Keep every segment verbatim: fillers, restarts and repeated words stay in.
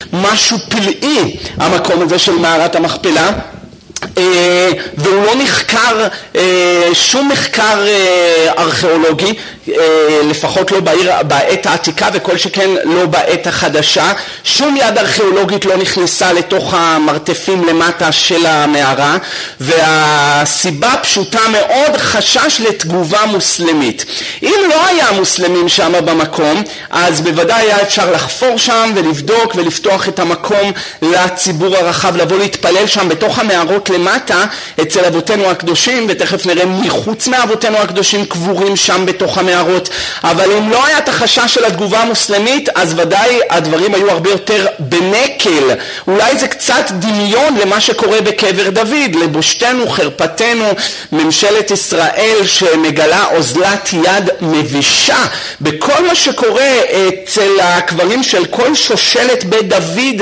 משהו פלאי המקום הזה של מערת המכפלה, והוא לא נחקר, שום מחקר ארכיאולוגי, לפחות לא בעיר, בעת העתיקה וכל שכן לא בעת החדשה. שום יד ארכיאולוגית לא נכנסה לתוך המרתפים למטה של המערה, והסיבה פשוטה מאוד, חשש לתגובה מוסלמית. אם לא היה מוסלמים שם במקום, אז בוודאי היה אפשר לחפור שם ולבדוק ולפתוח את המקום לציבור הרחב, לבוא להתפלל שם בתוך המערות למטה אצל אבותינו הקדושים, ותכף נראה מחוץ מאבותינו הקדושים קבורים שם בתוך המערות. אבל אם לא היה את החשש של התגובה המוסלמית, אז ודאי הדברים היו הרבה יותר בנקל. אולי זה קצת דמיון למה שקורה בקבר דוד, לבושתנו, חרפתנו, ממשלת ישראל שמגלה אוזלת יד מבישה בכל מה שקורה אצל הקברים של כל שושלת בית דוד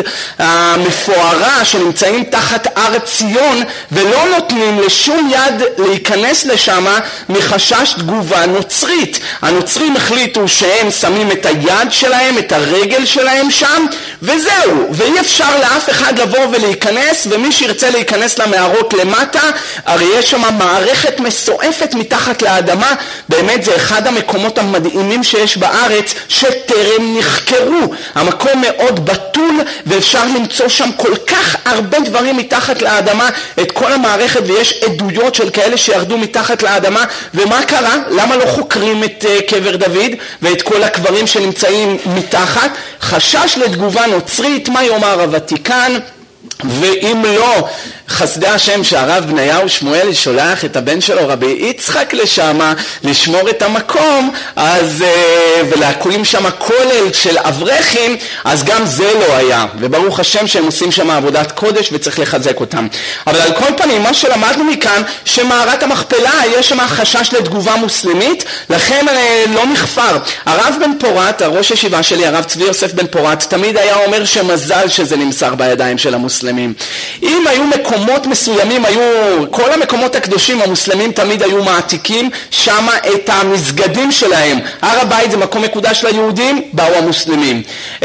המפוארה שנמצאים תחת הר ציון, ולא נותנים לשום יד להיכנס לשם מחשש תגובה נוצרית. הנוצרים החליטו שהם שמים את היד שלהם, את הרגל שלהם שם, וזהו, ואי אפשר לאף אחד לבוא ולהיכנס, ומי שירצה להיכנס למערות למטה, הרי יש שם מערכת מסועפת מתחת לאדמה. באמת זה אחד המקומות המדהימים שיש בארץ שטרם נחקרו. המקום מאוד בטול, ואפשר למצוא שם כל כך הרבה דברים מתחת לאדמה, את כל המערכת, ויש עדויות של כאלה שירדו מתחת לאדמה. ומה קרה? למה לא חוקרים את uh, קבר דוד ואת כל הקברים שנמצאים מתחת? חשש לתגובה נוצרית. מה יאמר הוותיקן? ואם לא חסדי השם שהרב בניהו שמואל שולח את הבן שלו רבי יצחק לשמה לשמור את המקום, אז ולהקים שם כולל של אברכים, אז גם זה לא היה, וברוך השם שהם עושים שם עבודת קודש וצריך לחזק אותם. אבל על כל פנים מה שלמדנו מכאן, שמערת המכפלה יש שם חשש לתגובה מוסלמית, לכן לא נחפר. הרב בן פורת, הראש ישיבה שלי, הרב צבי יוסף בן פורת, תמיד היה אומר שמזל שזה נמסר בידיים של המוסלמים. אם היו מקומות מסוימים, היו כל המקומות הקדושים המוסלמים תמיד היו מעתיקים שמה את המסגדים שלהם. הר הבית זה מקום מקודש ליהודים, באו המוסלמים.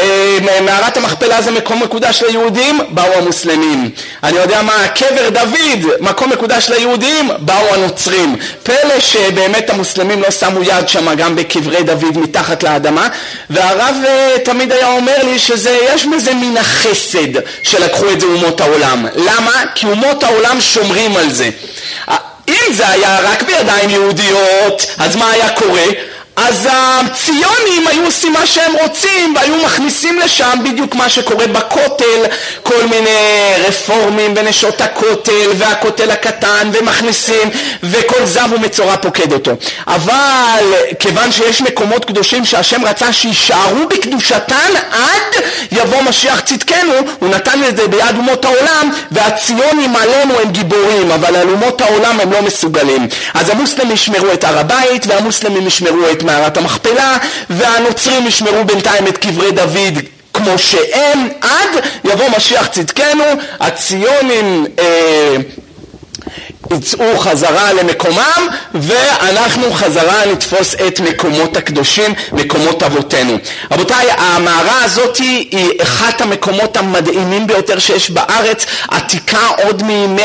מערת המכפלה זה מקום מקודש ליהודים, באו המוסלמים. אני יודע מה, קבר דוד, מקום מקודש ליהודים, באו הנוצרים. פלא שבאמת המוסלמים לא שמו יד שמה גם בקברי דוד מתחת לאדמה, והרב תמיד היה אומר לי שזה, יש מזה מן החסד שלקחו את זה אומות העולם. למה? כי אומות העולם שומרים על זה. אם זה היה רק בידיים יהודיות, אז מה היה קורה? אז הציונים היו עושים מה שהם רוצים, והיו מכניסים לשם בדיוק מה שקורה בכותל, כל מיני רפורמים ונשות הכותל והכותל הקטן, ומכניסים, וכל זב ומצורע פוקד אותו. אבל כיוון שיש מקומות קדושים שהשם רצה שישארו בקדושתן עד יבוא משיח צדקנו, הוא נתן את זה ביד אומות העולם, והציונים עלינו הם גיבורים, אבל על אומות העולם הם לא מסוגלים. אז המוסלמים ישמרו את הר הבית, והמוסלמים ישמרו את מערת המכפלה, והנוצרים ישמרו בינתיים את קברי דוד כמו שהם, עד יבוא משיח צדקנו. הציונים אה, יצאו חזרה למקומם, ואנחנו חזרה נתפוס את מקומות הקדושים, מקומות אבותינו. רבותיי, המערה הזאת היא אחת המקומות המדהימים ביותר שיש בארץ, עתיקה עוד מימי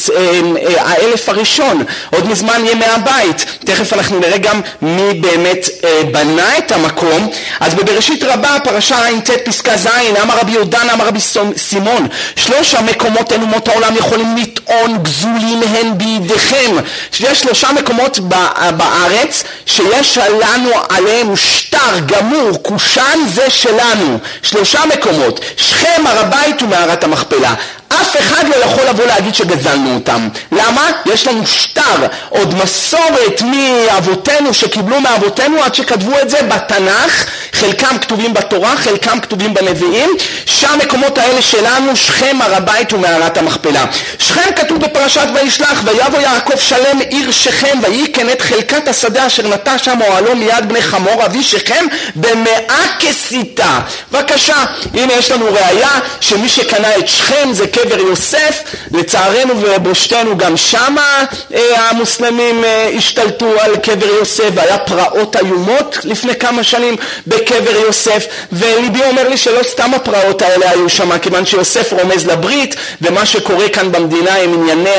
האלף הראשון, עוד מזמן ימי הבית. תכף אנחנו נראה גם מי באמת בנה את המקום. אז בבראשית רבה, פרשה ע"ט פסקה ז', אמר רבי יהודן, אמר רבי סימון, שלוש המקומות אין אומות העולם יכולים לטעון גזולים הן בידיכם. יש שלושה מקומות בארץ שיש לנו עליהם שטר גמור, קושן זה שלנו. שלושה מקומות, שכם, הר הבית ומערת המכפלה. אף אחד לא יכול לבוא להגיד שגזלנו אותם. למה? יש לנו שטר, עוד מסורת מאבותינו שקיבלו מאבותינו עד שכתבו את זה בתנ"ך, חלקם כתובים בתורה, חלקם כתובים בנביאים. שהמקומות האלה שלנו, שכם, הר הבית ומערת המכפלה. שכם כתוב בפרשת וישלח, ויבוא יעקב שלם עיר שכם, ויקן את חלקת השדה אשר נטע שם אוהלו מיד בני חמור אבי שכם במאה כסיתה. בבקשה, הנה יש לנו ראיה שמי שקנה את שכם זה קבר יוסף. לצערנו ובושתנו גם שמה המוסלמים השתלטו על קבר יוסף, והיה פרעות איומות לפני כמה שנים בקבר יוסף, וליבי אומר לי שלא סתם הפרעות האלה היו שמה, כיוון שיוסף רומז לברית, ומה שקורה כאן במדינה עם ענייני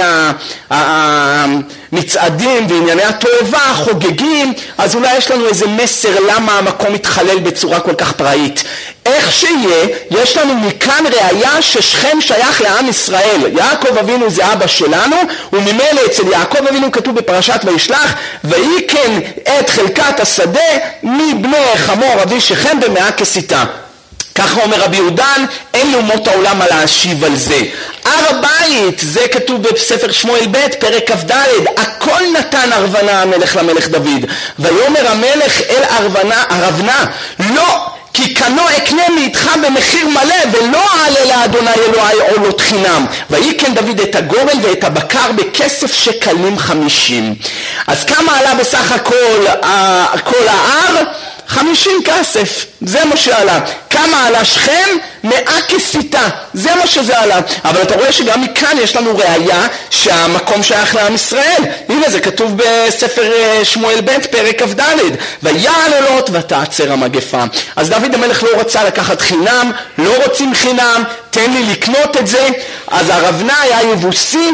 המצעדים וענייני התועבה חוגגים, אז אולי יש לנו איזה מסר למה המקום מתחלל בצורה כל כך פראית. איך שיהיה, יש לנו מכאן ראיה ששכם שייך לעם ישראל. יעקב אבינו זה אבא שלנו, וממילא אצל יעקב אבינו כתוב בפרשת וישלח, ויקן את חלקת השדה מבני חמור אבי שכם במאה כסיתה. ככה אומר רבי יהודן, אין לאומות העולם מה להשיב על זה. הר הבית, זה כתוב בספר שמואל ב' פרק כ"ד, הכל נתן ארוונה המלך למלך דוד, ויאמר המלך אל ארוונה, ארוונה, לא, כי קנו אקנה מאיתך במחיר מלא, ולא אעלה לאדוני אלוהי עולות חינם. ויקן דוד את הגורן ואת הבקר בכסף שקלים חמישים. אז כמה עלה בסך הכל כל ההר? חמישים כסף, זה מה שעלה. כמה עלה שכם? מאה כסיתה, זה מה שזה עלה. אבל אתה רואה שגם מכאן יש לנו ראיה שהמקום שייך לעם ישראל. הנה זה כתוב בספר שמואל ב' פרק כ"ד, ויעל עולות ותעצר המגפה. אז דוד המלך לא רצה לקחת חינם, לא רוצים חינם, תן לי לקנות את זה. אז ארוונה היה יבוסי,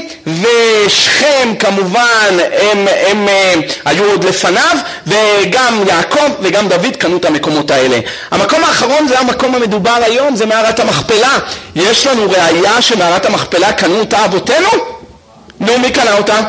ושכם כמובן הם, הם, הם היו עוד לפניו, וגם יעקב וגם דוד קנו את המקומות האלה. המקום האחרון זה המקום המדובר היום, זה מערת המכפלה. יש לנו ראיה שמערת המכפלה קנו אותה אבותינו? נו, מי קנה אותה?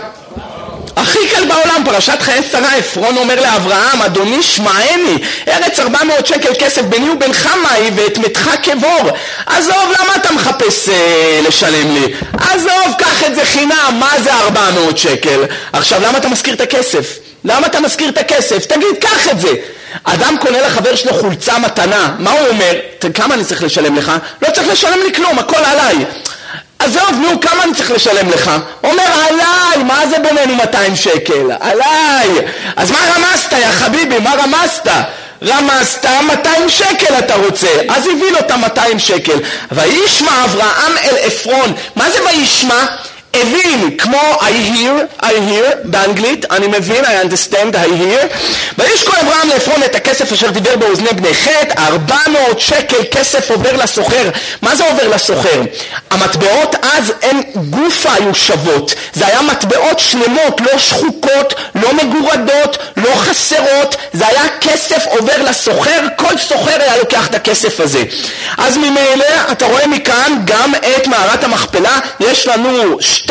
הכי קל בעולם, פרשת חיי שרה, עפרון אומר לאברהם, אדוני שמעני, ארץ ארבע מאות שקל כסף ביני ובינך מהי, ואת מתך כבור. עזוב, למה אתה מחפש אה, לשלם לי? עזוב, קח את זה חינם, מה זה ארבע מאות שקל? עכשיו, למה אתה מזכיר את הכסף? למה אתה מזכיר את הכסף? תגיד, קח את זה. אדם קונה לחבר שלו חולצה מתנה, מה הוא אומר? כמה אני צריך לשלם לך? לא צריך לשלם לי כלום, הכל עליי. עזוב, נו, כמה אני צריך לשלם לך? אומר, עליי, מה זה בינינו מאתיים שקל? עליי. אז מה רמזת, יא חביבי, מה רמזת? רמזת מאתיים שקל אתה רוצה, אז הביא לו את מאתיים שקל. וישמע אברהם אל עפרון. מה זה וישמע? הבין, כמו I hear, I hear, באנגלית, אני מבין, I understand, I hear. וישקול אברהם לעפרון את הכסף אשר דיבר באוזני בני חת, ארבע מאות שקל כסף עובר לסוחר. מה זה עובר לסוחר? המטבעות אז הן גופה היו שוות. זה היה מטבעות שלמות, לא שחוקות, לא מגורדות, לא חסרות. זה היה כסף עובר לסוחר, כל סוחר היה לוקח את הכסף הזה. אז ממילא, אתה רואה מכאן גם את מערת המכפלה, יש לנו שטר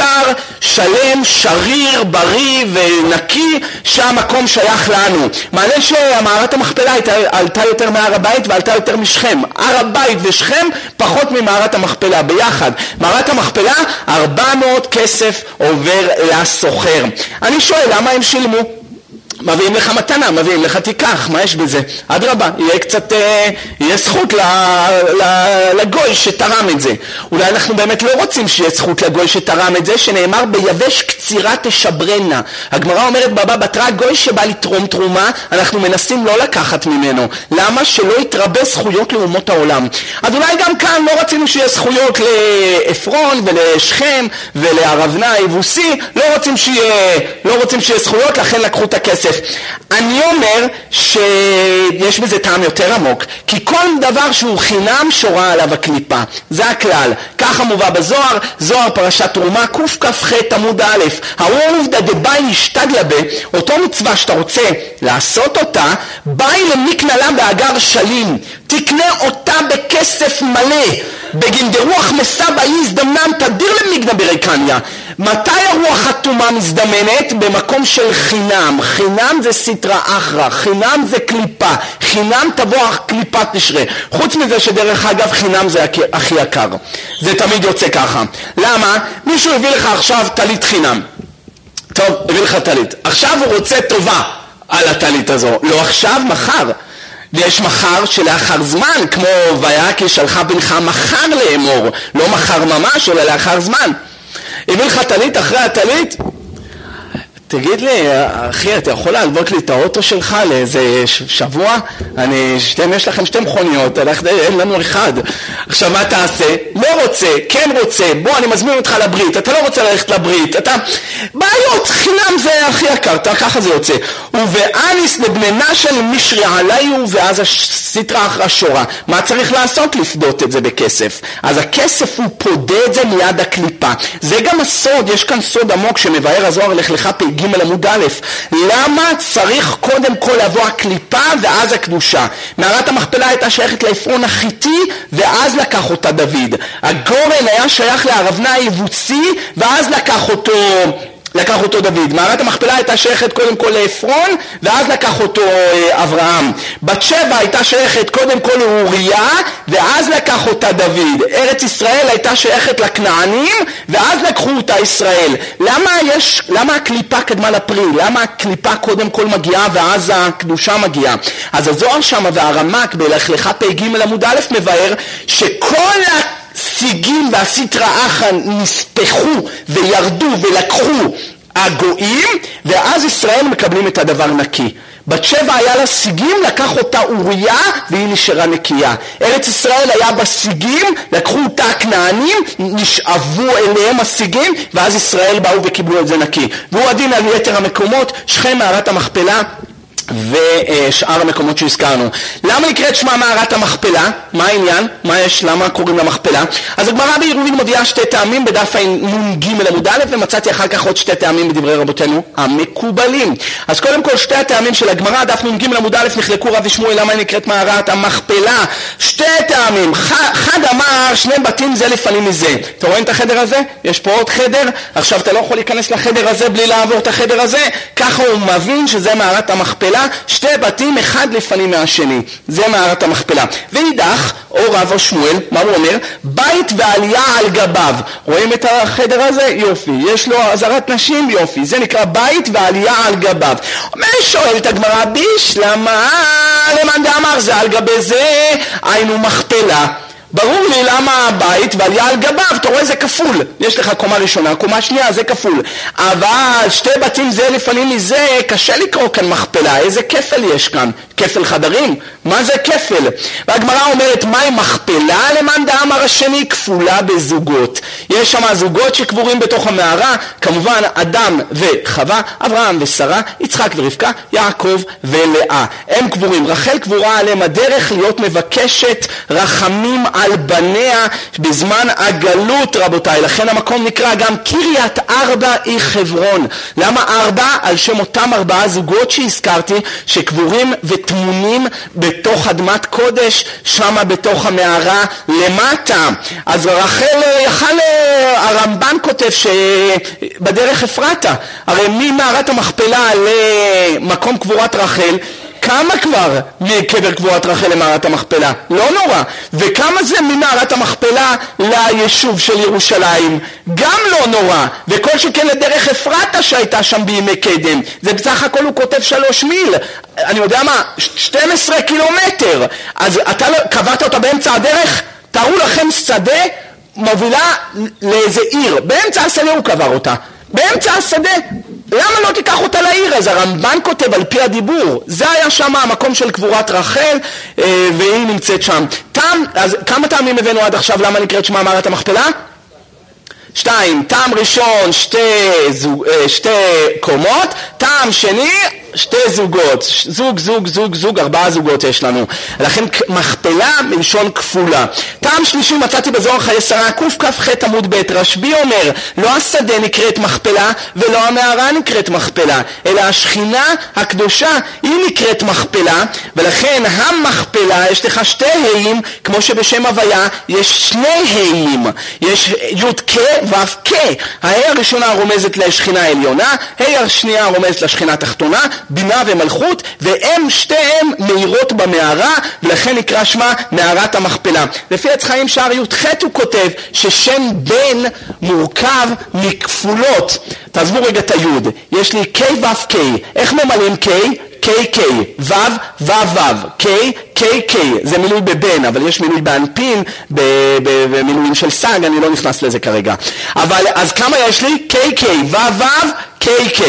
שלם, שריר, בריא ונקי, שהמקום שייך לנו. מעלה שהמערת המכפלה עלתה יותר מהר הבית ועלתה יותר משכם. הר הבית ושכם פחות ממערת המכפלה ביחד. מערת המכפלה ארבע מאות כסף עובר לסוחר. אני שואל, למה הם שילמו? מביאים לך מתנה, מביאים לך תיקח, מה יש בזה? עד רבה, יהיה קצת, אה, יהיה זכות ל, ל, לגוי שתרם את זה. אולי אנחנו באמת לא רוצים שיהיה זכות לגוי שתרם את זה, שנאמר ביבש קצירה תשברנה. הגמרא אומרת בבא בתרא, גוי שבא לתרום תרומה, אנחנו מנסים לא לקחת ממנו. למה? שלא יתרבה זכויות לאומות העולם. אז אולי גם כאן לא רצינו שיהיה זכויות לעפרון ולשכם ולארוונה היבוסי, לא רוצים שיהיה, לא רוצים שיהיה זכויות, לכן לקחו את הכסף. אני אומר שיש בזה טעם יותר עמוק, כי כל דבר שהוא חינם שורה עליו הקליפה, זה הכלל. ככה מובא בזוהר, זוהר פרשת תרומה קכ"ח עמוד א', העובדא דבאי נשתדלה בה, אותו מצווה שאתה רוצה לעשות אותה, באי למקנה לה באגר שלים, תקנה אותה בכסף מלא, בגין דרוח מסבא היא הזדמנם תדיר למגנה בריקניה. מתי הרוח התומה מזדמנת? במקום של חינם. חינם זה סטרא אחרא, חינם זה קליפה, חינם תבוא קליפת נשרה. חוץ מזה שדרך אגב חינם זה הכי יקר, זה תמיד יוצא ככה. למה? מישהו הביא לך עכשיו טלית חינם, טוב, הביא לך טלית, עכשיו הוא רוצה טובה על הטלית הזו, לא עכשיו, מחר. ויש מחר שלאחר זמן, כמו ויקי שלחה בנך מחר לאמור, לא מחר ממש אלא לאחר זמן. הביא לך טלית, אחרי הטלית תגיד לי, אחי, אתה יכול להלוות לי את האוטו שלך לאיזה שבוע? אני, שתם, יש לכם שתי מכוניות, אין לנו אחד. עכשיו, מה תעשה? לא רוצה, כן רוצה, בוא, אני מזמין אותך לברית, אתה לא רוצה ללכת לברית, אתה... בעיות, חינם זה הכי יקר, ככה זה יוצא. ובאניס לבננה של משרי עליו, ואז הסתרה אחר שורה. מה צריך לעשות? לפדות את זה בכסף. אז הכסף הוא פודה את זה מיד הקליפה. זה גם הסוד, יש כאן סוד עמוק שמבאר הזוהר לך פי ג' עמוד א', למה צריך קודם כל לבוא הקליפה ואז הקדושה? מערת המכפלה הייתה שייכת לעפרון החיתי ואז לקח אותה דוד. הגורן היה שייך לארבנה היבוסי ואז לקח אותו לקח אותו דוד. מערת המכפלה הייתה שייכת קודם כל לעפרון ואז לקח אותו אברהם. בת שבע הייתה שייכת קודם כל לאוריה ואז לקח אותה דוד. ארץ ישראל הייתה שייכת לכנענים ואז לקחו אותה ישראל. למה יש, למה הקליפה קדמה לפרי? למה הקליפה קודם כל מגיעה ואז הקדושה מגיעה? אז הזוהר שם והרמק בלכלך פי ג' עמוד א' מבאר שכל הסיגים והסטרא אחרא נספחו וירדו ולקחו הגויים, ואז ישראל מקבלים את הדבר נקי. בת שבע היה לה סיגים, לקח אותה אוריה והיא נשארה נקייה. ארץ ישראל היה בסיגים, לקחו אותה הכנענים, נשאבו אליהם הסיגים, ואז ישראל באו וקיבלו את זה נקי. והוא הדין על יתר המקומות, שכם, מערת המכפלה ושאר המקומות שהזכרנו. למה נקראת שמה מערת המכפלה? מה העניין? מה יש? למה קוראים לה מכפלה? אז הגמרא בעירובין מודיעה שתי טעמים בדף נ"ג עמוד א', ומצאתי אחר כך עוד שתי טעמים בדברי רבותינו המקובלים. אז קודם כל שתי הטעמים של הגמרא, דף נ"ג עמוד א', נחלקו רב ושמואל למה היא נקראת מערת המכפלה. שתי טעמים. אחד אמר שני בתים זה לפנים מזה. אתה רואים את החדר הזה? יש פה עוד חדר. עכשיו אתה לא יכול להיכנס לחדר הזה בלי לעבור את החדר הזה. ככה הוא מבין שזה מערת המכפלה. שתי בתים אחד לפנים מהשני, זה מערת המכפלה. ואידך, או רב או שמואל, מה הוא אומר? בית ועלייה על גביו. רואים את החדר הזה? יופי. יש לו עזרת נשים? יופי. זה נקרא בית ועלייה על גביו. מה שואל את הגמרא? בישלמה למאן דאמר זה על גבי זה, היינו מכפלה. ברור לי למה הבית ועלייה על גביו, אתה רואה זה כפול, יש לך קומה ראשונה, קומה שנייה, זה כפול, אבל שתי בתים זה לפנים מזה, קשה לקרוא כאן מכפלה. איזה כפל יש כאן? כפל חדרים? מה זה כפל? והגמרא אומרת, מהי מכפלה? למאן דאמר השני, כפולה בזוגות. יש שם זוגות שקבורים בתוך המערה, כמובן אדם וחווה, אברהם ושרה, יצחק ורבקה, יעקב ולאה, הם קבורים. רחל קבורה עליהם הדרך להיות מבקשת רחמים על בניה בזמן הגלות, רבותיי. לכן המקום נקרא גם קריית ארבע היא חברון. למה ארבע? על שם אותם ארבעה זוגות שהזכרתי שקבורים ותמונים בתוך אדמת קודש, שמה בתוך המערה למטה. אז רחל יחל, הרמב"ן כותב שבדרך אפרתה, הרי ממערת המכפלה למקום קבורת רחל כמה כבר מקבר קבורת רחל למערת המכפלה? לא נורא. וכמה זה ממערת המכפלה ליישוב של ירושלים? גם לא נורא. וכל שכן לדרך אפרתה שהייתה שם בימי קדם, זה בסך הכל הוא כותב שלוש מיל, אני יודע מה, שתים עשרה קילומטר. אז אתה לא, קברת אותה באמצע הדרך? תראו לכם שדה מובילה לאיזה עיר, באמצע השדה הוא קבר אותה, באמצע השדה. למה לא תיקח אותה לעיר? אז הרמב"ן כותב על פי הדיבור, זה היה שם המקום של קבורת רחל, והיא נמצאת שם. טעם, אז כמה טעמים הבאנו עד עכשיו? למה נקראת שמה מערת המכפלה? שתיים. טעם ראשון, שתי, זוג, שתי קומות. טעם שני, שתי זוגות, זוג, זוג, זוג, זוג, ארבעה זוגות יש לנו. לכן מכפלה מלשון כפולה. טעם שלישי מצאתי בזוהר חיי שרה, קכ"ח עמוד ב', רשב"י אומר, לא השדה נקראת מכפלה ולא המערה נקראת מכפלה, אלא השכינה הקדושה היא נקראת מכפלה, ולכן המכפלה יש לך שתי היים, כמו שבשם הוויה יש שני היים, יש י' כ' ו' כ'. ההי הראשונה רומזת לשכינה העליונה, ההי השנייה רומזת לשכינה התחתונה, בינה ומלכות, והם שתיהם מאירות במערה, ולכן נקרא שמה מערת המכפלה. לפי עץ חיים שער י"ח הוא כותב ששם בן מורכב מכפולות. תעזבו רגע את היוד, יש לי K ו' K. איך ממלאים K? K K, ו' ו' ו', K K K, זה מילוי בבן, אבל יש מילוי באנפין, במילויים של סג, אני לא נכנס לזה כרגע. אבל אז כמה יש לי? K K, ו' ו', K K.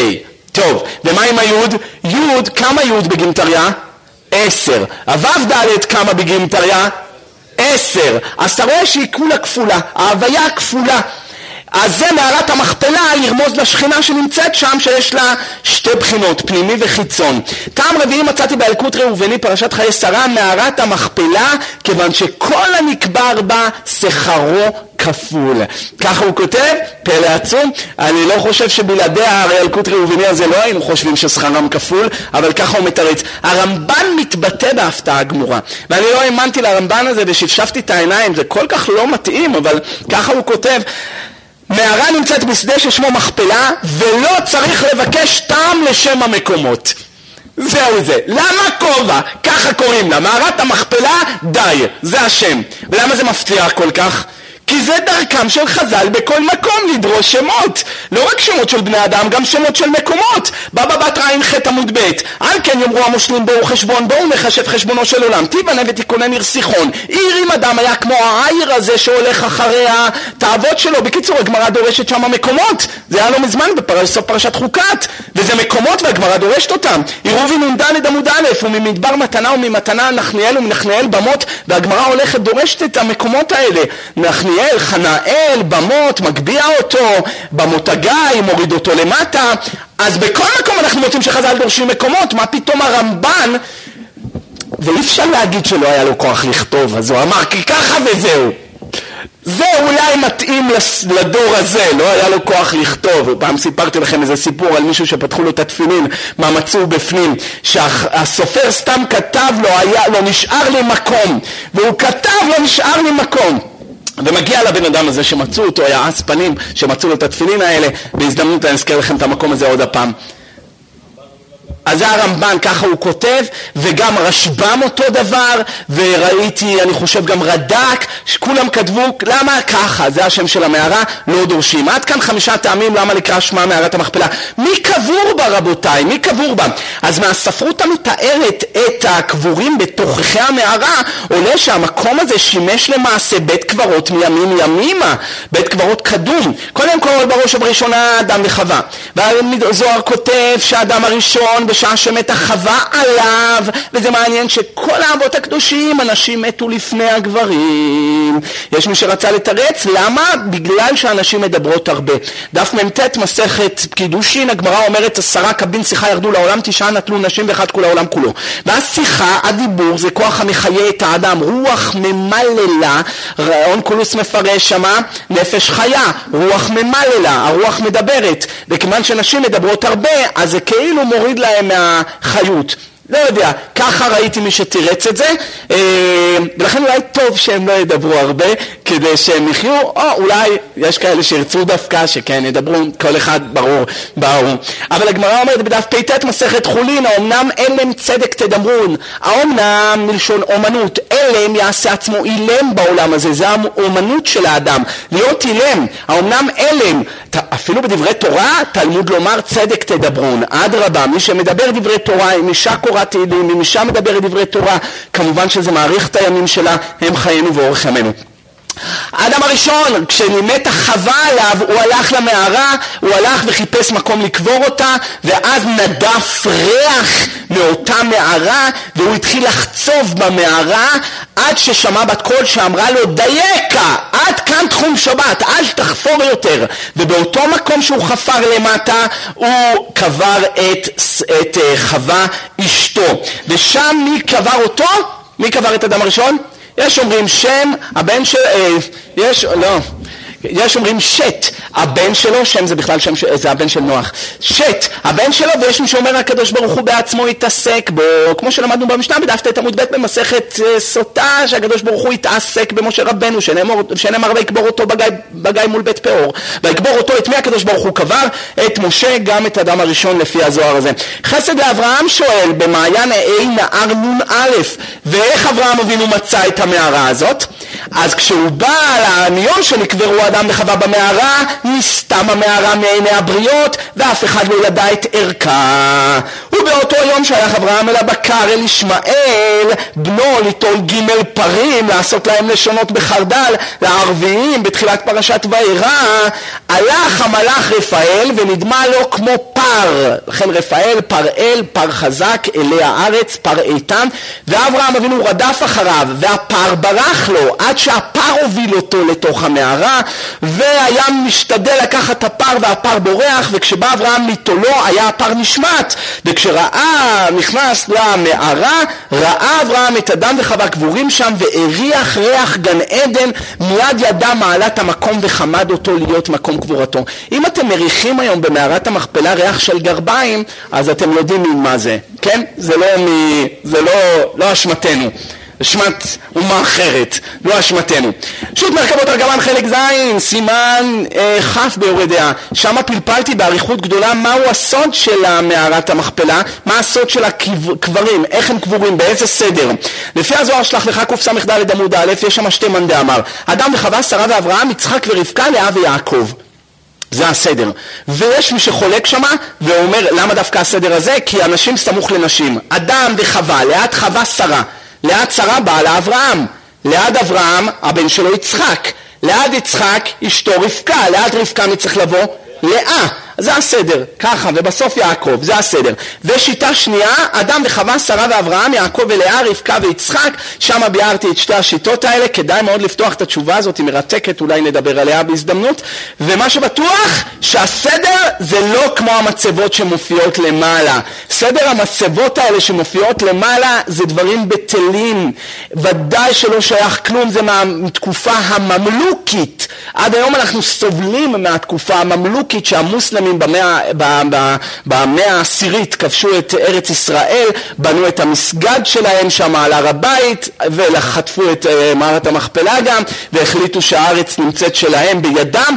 טוב, ומה עם היוד? יוד, כמה יוד בגימטריה? עשר. הוו ד' כמה בגימטריה? עשר. אז אתה רואה שהיא כולה כפולה, ההוויה כפולה. אז זה מערת המכפלה, ירמוז לשכינה שנמצאת שם, שיש לה שתי בחינות, פנימי וחיצון. טעם רביעי מצאתי באלקוט ראובני, פרשת חיי שרה, מערת המכפלה, כיוון שכל הנקבר בה שכרו כפול. ככה הוא כותב, פלא עצום. אני לא חושב שבלעדי האלקוט ראובני הזה לא היינו חושבים ששכרם כפול, אבל ככה הוא מתרץ. הרמב"ן מתבטא בהפתעה גמורה, ואני לא האמנתי לרמב"ן הזה ושפשפתי את העיניים, זה כל כך לא מתאים, אבל ככה הוא כותב. מערה נמצאת בשדה ששמו מכפלה, ולא צריך לבקש טעם לשם המקומות. זהו זה. למה כובע? ככה קוראים לה. מערת המכפלה, די. זה השם. ולמה זה מפתיע כל כך? כי זה דרכם של חז"ל בכל מקום לדרוש שמות. לא רק שמות של בני אדם, גם שמות של מקומות. בבא בתרא ע"ח עמוד ב' על כן יאמרו המושלים בואו חשבון, בואו מחשב חשבונו של עולם. תיבנה ותיכונן עיר סיחון. עיר עם אדם היה כמו העיר הזה שהולך אחרי התאוות שלו. בקיצור, הגמרא דורשת שם מקומות. זה היה לא מזמן בסוף פרשת חוקת. וזה מקומות והגמרא דורשת אותם. עירובין נ"ד עמוד א' וממדבר מתנה וממתנה נחניאל ומנחניאל במות, והגמרא הולכת דורשת את המקומות האלה. נחניאל חנאל, במות, מגביע אותו, במות הגיא, מוריד אותו למטה. אז בכל מקום אנחנו מוצאים שחז"ל דורשים מקומות. מה פתאום הרמב"ן, ואי אפשר להגיד שלא היה לו כוח לכתוב, אז הוא אמר כי ככה וזהו. זה אולי מתאים לדור הזה, לא היה לו כוח לכתוב. פעם סיפרתי לכם איזה סיפור על מישהו שפתחו לו את התפילין, מה מצאו בפנים, שהסופר סתם כתב לו, היה, לא נשאר לי מקום, והוא כתב לא נשאר לי מקום. ומגיע לבן אדם הזה שמצאו אותו, היה אס פנים שמצאו לו את התפילין האלה. בהזדמנות אני אזכר לכם את המקום הזה עוד הפעם. אז זה הרמב"ן, ככה הוא כותב, וגם רשב"ם אותו דבר, וראיתי, אני חושב גם רד"ק, שכולם כתבו, למה ככה? זה השם של המערה, לא דורשים. עד כאן חמישה טעמים למה לקרוא שמה מערת המכפלה. מי קבור בה רבותיי? מי קבור בה? אז מהספרות המתארת את הקבורים בתוככי המערה, עולה שהמקום הזה שימש למעשה בית קברות מימים ימימה, בית קברות קדום. קודם כל בראש ובראשונה אדם וחווה. והזוהר כותב שהאדם הראשון בשעה שמתה חווה עליו, וזה מעניין שכל האבות הקדושים אנשים מתו לפני הגברים. יש מי שרצה לתרץ, למה? בגלל שאנשים מדברות הרבה. דף מ"ט מסכת קידושין, הגמרא אומרת עשרה קבין שיחה ירדו לעולם, תשעה נטלו נשים ואחד כל העולם כולו. והשיחה, הדיבור, זה כוח המחיה את האדם, רוח ממללה. אונקולוס מפרש שמה נפש חיה, רוח ממללה, הרוח מדברת, וכיוון שנשים מדברות הרבה אז זה כאילו מוריד להם מהחיות. לא יודע, ככה ראיתי מי שתירץ את זה, ולכן אולי טוב שהם לא ידברו הרבה כדי שהם יחיו, או אולי יש כאלה שירצו דווקא שכן ידברו, כל אחד ברור, ברור. אבל הגמרא אומרת בדף פ"ט מסכת חולין, האומנם אלם צדק תדברון, האומנם מלשון אומנות, אלם יעשה עצמו אילם בעולם הזה, זה האומנות של האדם, להיות אילם, האומנם אלם, אפילו בדברי תורה תלמוד לומר צדק תדברון, אדרבה, מי שמדבר דברי תורה, אם אישה קוראת תהילים, אם אישה מדברת דברי תורה, כמובן שזה מעריך את הימים שלה, הם חיינו ואורך ימינו. האדם הראשון, כשנמתה חווה עליו, הוא הלך למערה, הוא הלך וחיפש מקום לקבור אותה, ואז נדף ריח מאותה מערה, והוא התחיל לחצוב במערה, עד ששמע בת קול שאמרה לו, דייקה, עד כאן תחום שבת, אל תחפור יותר. ובאותו מקום שהוא חפר למטה, הוא קבר את, את חווה אשתו. ושם מי קבר אותו? מי קבר את האדם הראשון? יש אומרים שם, הבן של... אה, יש... לא... יש אומרים שט, הבן שלו, שם זה בכלל שם, זה הבן של נוח, שט, הבן שלו, ויש מי שאומר הקדוש ברוך הוא בעצמו יתעסק בו, כמו שלמדנו במשנה בדף ט' עמוד ב' במסכת סוטה, שהקדוש ברוך הוא יתעסק במשה רבנו, שנאמר ויקבור אותו בגיא, בגיא מול בית פאור, ויקבור אותו, את מי הקדוש ברוך הוא קבר? את משה, גם את אדם הראשון לפי הזוהר הזה. חסד לאברהם שואל, במעיין האי נהר נון א', ואיך אברהם אבינו מצא את המערה הזאת? אז כשהוא בא לעניון שנקברו אדם וחווה במערה, נסתם המערה מעיני הבריות ואף אחד לא ידע את ערכה. ובאותו יום שהלך אברהם אל הבקר אל ישמעאל בנו ליטול ג' פרים, לעשות להם לשונות בחרדל לערביים בתחילת פרשת וירא, הלך המלאך רפאל ונדמה לו כמו פר, לכן רפאל פראל, פר חזק, אלי הארץ, פר איתן, ואברהם אבינו רדף אחריו והפר ברח לו עד שהפר הוביל אותו לתוך המערה, והיה משתדל לקחת את הפר והפר בורח, וכשבא אברהם ליטולו היה הפר נשמט, וכשראה נכנס למערה ראה אברהם את אדם וחווה קבורים שם והריח ריח גן עדן, מיד ידע מעלת המקום וחמד אותו להיות מקום קבורתו. אם אתם מריחים היום במערת המכפלה ריח של גרביים, אז אתם יודעים מה זה, כן? זה לא מ... זה לא, לא אשמתנו, אשמת אומה אחרת, לא אשמתנו. שו"ת מרכבות ארגמן חלק זין, סימן אה, חף ביורי דעה. שם פלפלתי בעריכות גדולה מהו הסוד של מערת המכפלה, מה הסוד של הקברים, איך הם קבורים, באיזה סדר. לפי הזוהר שלח לך קס"ד עמוד א', יש שם שתי מנדי אמר, אדם וחווה, שרה ואברהם, יצחק ורבקה, לאה ויעקב. זה הסדר. ויש מי שחולק שמה ואומר למה דווקא הסדר הזה? כי אנשים סמוך לנשים. אדם וחווה, ליד חווה שרה, ליד שרה בעלה אברהם, ליד אברהם הבן שלו יצחק, ליד יצחק אשתו רבקה, ליד רבקה מי צריך לבוא? לאה. זה הסדר, ככה, ובסוף יעקב, זה הסדר. ושיטה שנייה, אדם וחווה, שרה ואברהם, יעקב ולאה, רבקה ויצחק, שם ביארתי את שתי השיטות האלה, כדאי מאוד לפתוח את התשובה הזאת, היא מרתקת, אולי נדבר עליה בהזדמנות, ומה שבטוח, שהסדר זה לא כמו המצבות שמופיעות למעלה. סדר המצבות האלה שמופיעות למעלה, זה דברים בטלים, ודאי שלא שייך כלום, זה מהתקופה הממלוכית. עד היום אנחנו סובלים מהתקופה הממלוכית שהמוסלמים במאה, במאה העשירית כבשו את ארץ ישראל, בנו את המסגד שלהם שם על הר הבית וחטפו את מערת המכפלה גם, והחליטו שהארץ נמצאת שלהם בידם,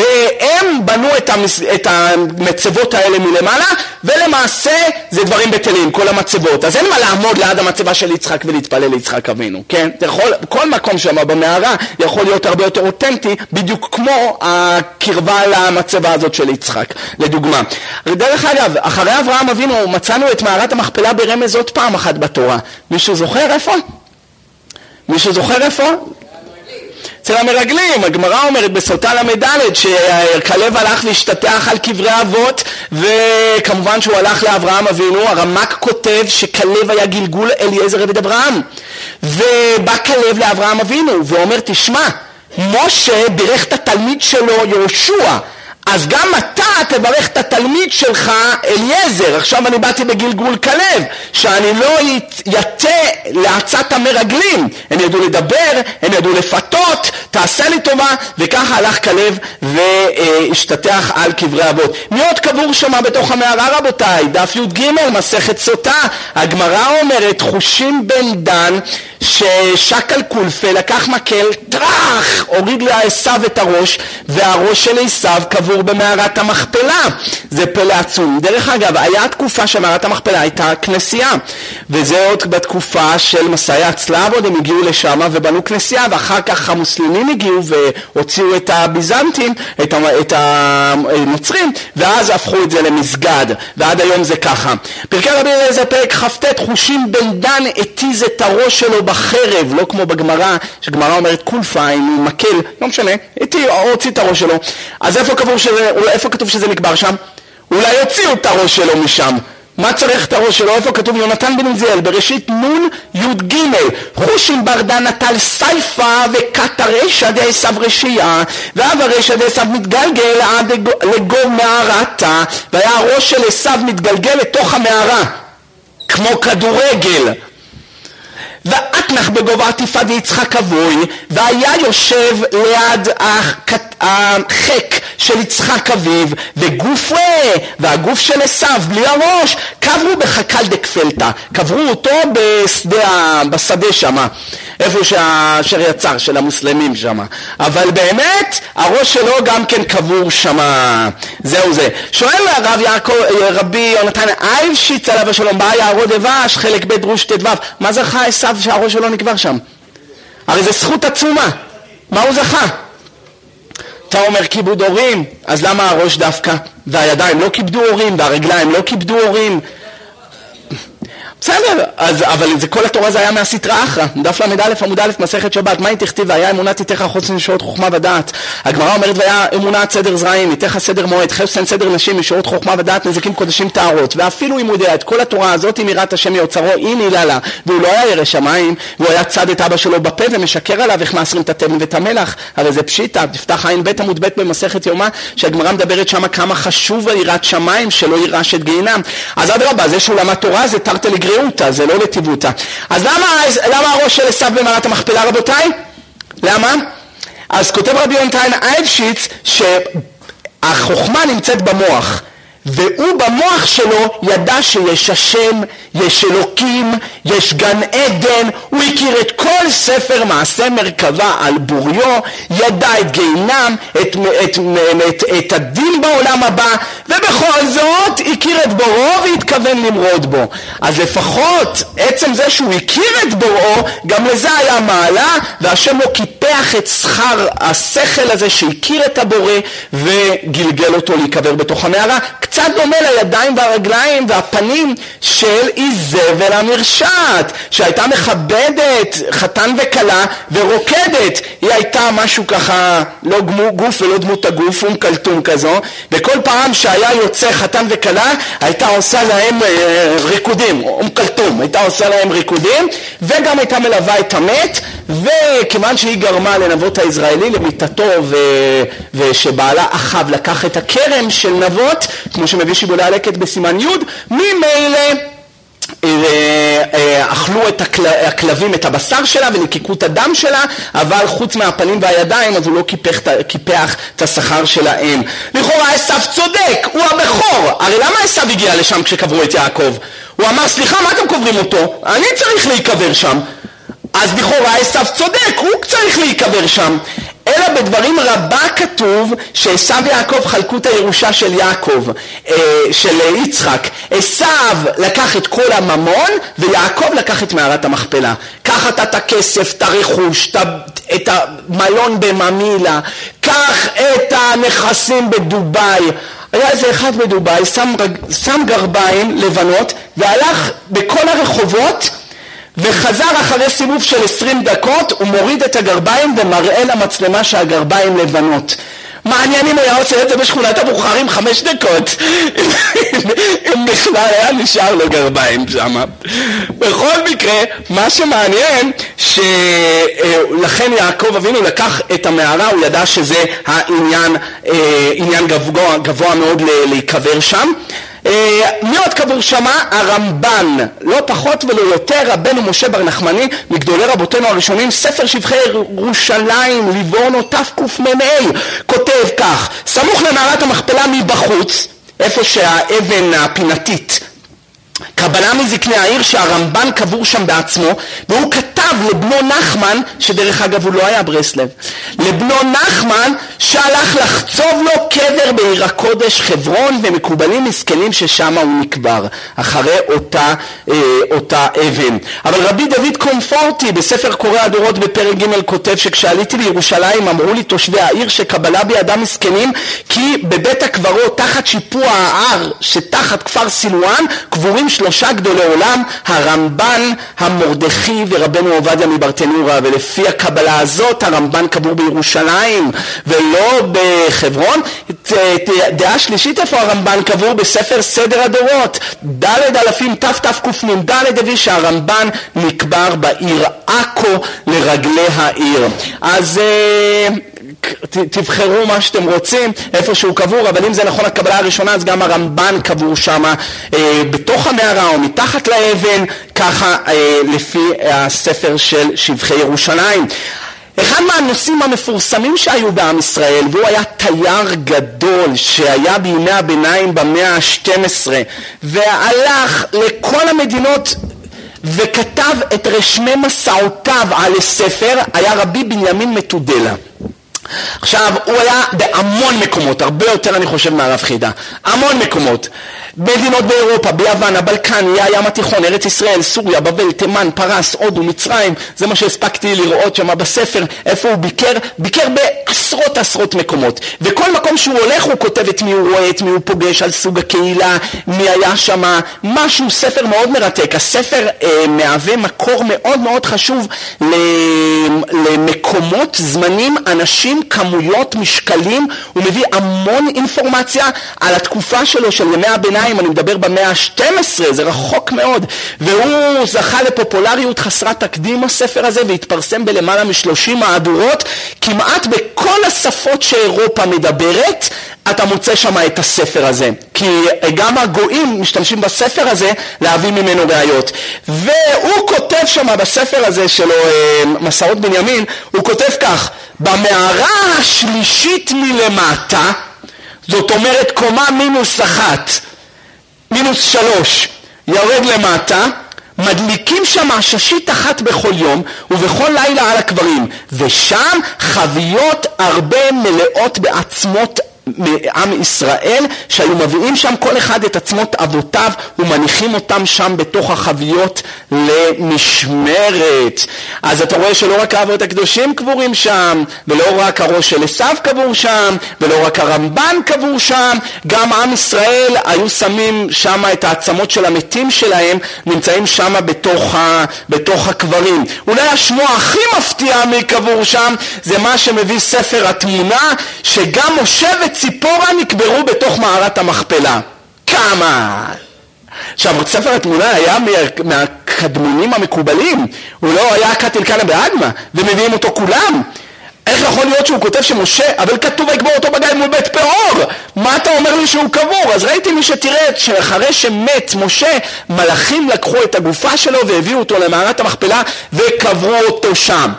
והם בנו את, המס... את המצבות האלה מלמעלה, ולמעשה זה דברים בטלים, כל המצבות. אז אין מה לעמוד ליד המצבה של יצחק ולהתפלל ליצחק אבינו, כן? יכול, כל מקום שם במערה יכול להיות הרבה יותר אותנטי, בדיוק כמו הקרבה למצבה הזאת של יצחק. לדוגמה, דרך אגב, אחרי אברהם אבינו מצאנו את מערת המכפלה ברמז עוד פעם אחת בתורה. מישהו זוכר איפה? מישהו זוכר איפה? אצל המרגלים. הגמרא אומרת בסוטה למדלת שכלב הלך והשתטח על קברי אבות, וכמובן שהוא הלך לאברהם אבינו. הרמק כותב שכלב היה גלגול אליעזר עבד אברהם, ובא כלב לאברהם אבינו ואומר, תשמע, משה בירך את התלמיד שלו יהושע, אז גם אתה תברך את התלמיד שלך אליעזר. עכשיו אני באתי בגלגול כלב, שאני לא יתה לעצת המרגלים, הם ידעו לדבר, הם ידעו לפתות, תעשה לי טובה. וככה הלך כלב והשתתח על קברי אבות. מי עוד קבור שמה בתוך המערה רבותיי? דף י"ג מסכת סוטה. הגמרא אומרת, חושים בן דן ששקל קולפה לקח מקל, טרח, הוריד לעשיו את הראש, והראש של עשיו קבור במערת המכפלה. זה פלא עצום. דרך אגב, היה תקופה שמערת המכפלה הייתה כנסייה, וזה עוד בתקופה של מסעי הצלב, עוד הם הגיעו לשם ובנו כנסייה, ואחר כך המוסלמים הגיעו והוציאו את הביזנטים, את, את הנוצרים, ואז הפכו את זה למסגד, ועד היום זה ככה. פרקי רבי אליעזר פרק כ"ט, חושים בן דן התיז את הראש שלו בחרב, לא כמו בגמרא, שגמרא אומרת קולפה, עם מקל, לא משנה, הוציא את הראש שלו. אז איפה כתוב שזה, איפה כתוב שזה נקבר שם? אולי הוציאו את הראש שלו משם. מה צריך את הראש שלו? איפה כתוב? יונתן בן עוזיאל בראשית נון י"ג, חושים ברדן נטל סייפה וקטע רשע דעשיו רשייה, ואב הרשע דעשיו מתגלגל עד לגוב מערתה, והיה הראש של עשיו מתגלגל לתוך המערה כמו כדורגל. ואתנח בגובה עטיפה דיצחק אבוי, והיה יושב ליד החק של יצחק אביו, וגוף ראה, והגוף של עשיו בלי הראש, קברו בחקל דקפלתא, קברו אותו בשדה, בשדה שמה, איפה שאשר יצר של המוסלמים שמה, אבל באמת הראש שלו גם כן קבור שמה. זהו זה. שואל הרב יעקב, רבי יונתן אייבשיץ עליו השלום, בא יערו דבש חלק ב' דרוש ט"ו, מה זכה עשיו שהראש שלו נקבר שם? הרי זה זכות עצומה. מה הוא זכה? אתה אומר כיבוד הורים, אז למה הראש דווקא? והידיים לא כיבדו הורים, והרגליים לא כיבדו הורים? בסדר, אז, אבל זה, כל התורה זה היה מהסטרא אחרא, דף למד א' עמוד א' מסכת שבת, מה היא תכתיב? והיה אמונה תיתך חוסן שעות חוכמה ודעת. הגמרא אומרת והיה אמונת סדר זרעים, תיתך סדר מועד, חסן סדר נשים, משעות חוכמה ודעת, נזקים קודשים טהרות. ואפילו אם הוא יודע את כל התורה הזאת, אם יראת השם מיוצרו, אם הילה לה, והוא לא היה ירא שמיים, והוא היה צד את אבא שלו בפה ומשקר עליו איך מאסרים את התבן ואת המלח. הרי זה פשיטה, תפתח עין בית עמוד בית במסכת יומא, שהגמרא מדברת שמה כמה חשוב יראת שמיים שלא יירש את גיהינם. אז אדרבה, זה שהוא למד תורה, זה תרתי לגריעותא, זה לא לטיבותא. אז למה, למה הראש של עשיו במערת המכפלה, רבותיי? למה? אז כותב רבי יונתן אייבשיץ שהחוכמה נמצאת במוח, והוא במוח שלו ידע שיש השם, יש אלוקים, יש גן עדן, הוא הכיר את כל ספר מעשה מרכבה על בוריו, ידע את גיהינם, את, את, את, את הדין בעולם הבא, ובכל זאת הכיר את בוראו והתכוון למרוד בו. אז לפחות עצם זה שהוא הכיר את בוראו, גם לזה היה מעלה, והשם לא קיפח את שכר השכל הזה שהכיר את הבורא וגלגל אותו להיקבר בתוך המערה. קצת דומה לידיים והרגליים והפנים של איזבל המרשעת, שהייתה מכבדת חתן וכלה ורוקדת. היא הייתה משהו ככה, לא גוף ולא דמות הגוף, אום קלטום כזו, וכל פעם שהיה יוצא חתן וכלה, הייתה עושה להם ריקודים, אום קלטום, הייתה עושה להם ריקודים, וגם הייתה מלווה את המת, וכיוון שהיא גרמה לנבות הישראלי למיטתו, ו... ושבעלה אחאב לקח את הכרם של נבות, כמו שמביא שיבולי הלקט בסימן י', ממילא אכלו את הכלבים את הבשר שלה וניקקו את הדם שלה, אבל חוץ מהפנים והידיים אז הוא לא קיפח, קיפח את השכר שלהם. לכאורה עשיו צודק, הוא הבכור. הרי למה עשיו הגיע לשם כשקברו את יעקב? הוא אמר סליחה, מה אתם קוברים אותו? אני צריך להיקבר שם. אז לכאורה עשיו צודק, הוא צריך להיקבר שם. אלא בדברים רבה כתוב שעשיו ויעקב חלקו את הירושה של יעקב, של יצחק. עשיו לקח את כל הממון ויעקב לקח את מערת המכפלה. קח אתה את הכסף, את הרכוש, את המלון בממילה, קח את הנכסים בדובאי. היה איזה אחד בדובאי, שם, שם גרביים לבנות והלך בכל הרחובות, וחזר אחרי סיבוב של עשרים דקות, הוא מוריד את הגרביים ומראה למצלמה שהגרביים לבנות. מעניינים היה עושה את זה בשכונת הבוכרים חמש דקות, אם בכלל היה נשאר לו גרביים שם. בכל מקרה, מה שמעניין, שלכן יעקב אבינו לקח את המערה, הוא ידע שזה העניין, עניין גבוה, גבוה מאוד להיקבר שם. מי עוד קבור שמה? הרמב"ן, לא פחות ולא יותר, רבנו משה בר נחמני, מגדולי רבותינו הראשונים, ספר שבחי ירושלים, ליבורנו תקמ"ה, כותב כך: סמוך למערת המכפלה מבחוץ, איפה שהאבן הפינתית קבלה מזקני העיר, שהרמב"ן קבור שם בעצמו, והוא כתב לבנו נחמן, שדרך אגב הוא לא היה ברסלב, לבנו נחמן שהלך לחצוב לו קבר בעיר הקודש חברון, ומקובלים מסכנים ששם הוא נקבר אחרי אותה, אה, אותה אבן. אבל רבי דוד קומפורטי בספר קורא הדורות בפרק ג' כותב שכשעליתי לירושלים אמרו לי תושבי העיר שקבלה בידם מסכנים, כי בבית הקברות תחת שיפוע ההר שתחת כפר סילואן קבורים שלושה גדולי עולם, הרמב"ן, המרדכי ורבנו עובדיה מברטנורה, ולפי הקבלה הזאת הרמב"ן קבור בירושלים ולא בחברון. דעה שלישית, איפה הרמב"ן קבור? בספר סדר הדורות ד' אלפים תתק"נ ד' הביא שהרמב"ן נקבר בעיר עכו לרגלי העיר. אז תבחרו מה שאתם רוצים איפה שהוא קבור, אבל אם זה נכון הקבלה הראשונה אז גם הרמב"ן קבור שם אה, בתוך המערה או מתחת לאבן, ככה אה, לפי הספר של שבחי ירושלים. אחד מהנושאים המפורסמים שהיו בעם ישראל, והוא היה תייר גדול שהיה בימי הביניים במאה ה-שתים עשרה והלך לכל המדינות וכתב את רשמי מסעותיו על הספר, היה רבי בנימין מתודלה. עכשיו, הוא היה בהמון מקומות, הרבה יותר אני חושב מהרב חידה, המון מקומות. מדינות באירופה, ביוון, הבלקן, הים התיכון, ארץ ישראל, סוריה, בבל, תימן, פרס, הודו, מצרים, זה מה שהספקתי לראות שם בספר, איפה הוא ביקר, ביקר בעשרות עשרות מקומות. וכל מקום שהוא הולך הוא כותב את מי הוא רואה, את מי הוא פוגש, על סוג הקהילה, מי היה שם, משהו, ספר מאוד מרתק. הספר אה, מהווה מקור מאוד מאוד חשוב למקומות, זמנים, אנשים, כמויות, משקלים, הוא מביא המון אינפורמציה על התקופה שלו, של ימי הביניים, אני מדבר במאה ה-שתים עשרה, זה רחוק מאוד, והוא זכה לפופולריות חסרת תקדים הספר הזה, והתפרסם בלמעלה משלושים מהדורות, כמעט בכל השפות שאירופה מדברת, אתה מוצא שם את הספר הזה, כי גם הגויים משתמשים בספר הזה להביא ממנו ראיות. והוא כותב שם בספר הזה שלו, מסעות בנימין, הוא כותב כך: במערה השלישית מלמטה, זאת אומרת קומה מינוס אחת, מינוס שלוש, יורד למטה, מדליקים שם עששית אחת בכל יום ובכל לילה על הקברים, ושם חביות הרבה מלאות בעצמות מעם ישראל, שהיו מביאים שם כל אחד את עצמות אבותיו ומניחים אותם שם בתוך החביות למשמרת. אז אתה רואה שלא רק האבות הקדושים קבורים שם, ולא רק הראש של עשיו קבור שם, ולא רק הרמב"ן קבור שם, גם עם ישראל היו שמים שם את העצמות של המתים שלהם, נמצאים שם בתוך, ה, בתוך הקברים. אולי השמוע הכי מפתיע מקבור שם זה מה שמביא ספר התמונה, שגם משה ציפורה נקברו בתוך מערת המכפלה. כמה? עכשיו, ספר התמונה היה מהקדמונים המקובלים, הוא לא היה קטל קנה באגמה, ומביאים אותו כולם. איך יכול להיות שהוא כותב שמשה, אבל כתוב ויקבור אותו בגיא מול בית פאור? מה אתה אומר לי שהוא קבור? אז ראיתי מי שתראה שאחרי שמת משה, מלאכים לקחו את הגופה שלו והביאו אותו למערת המכפלה וקברו אותו שם.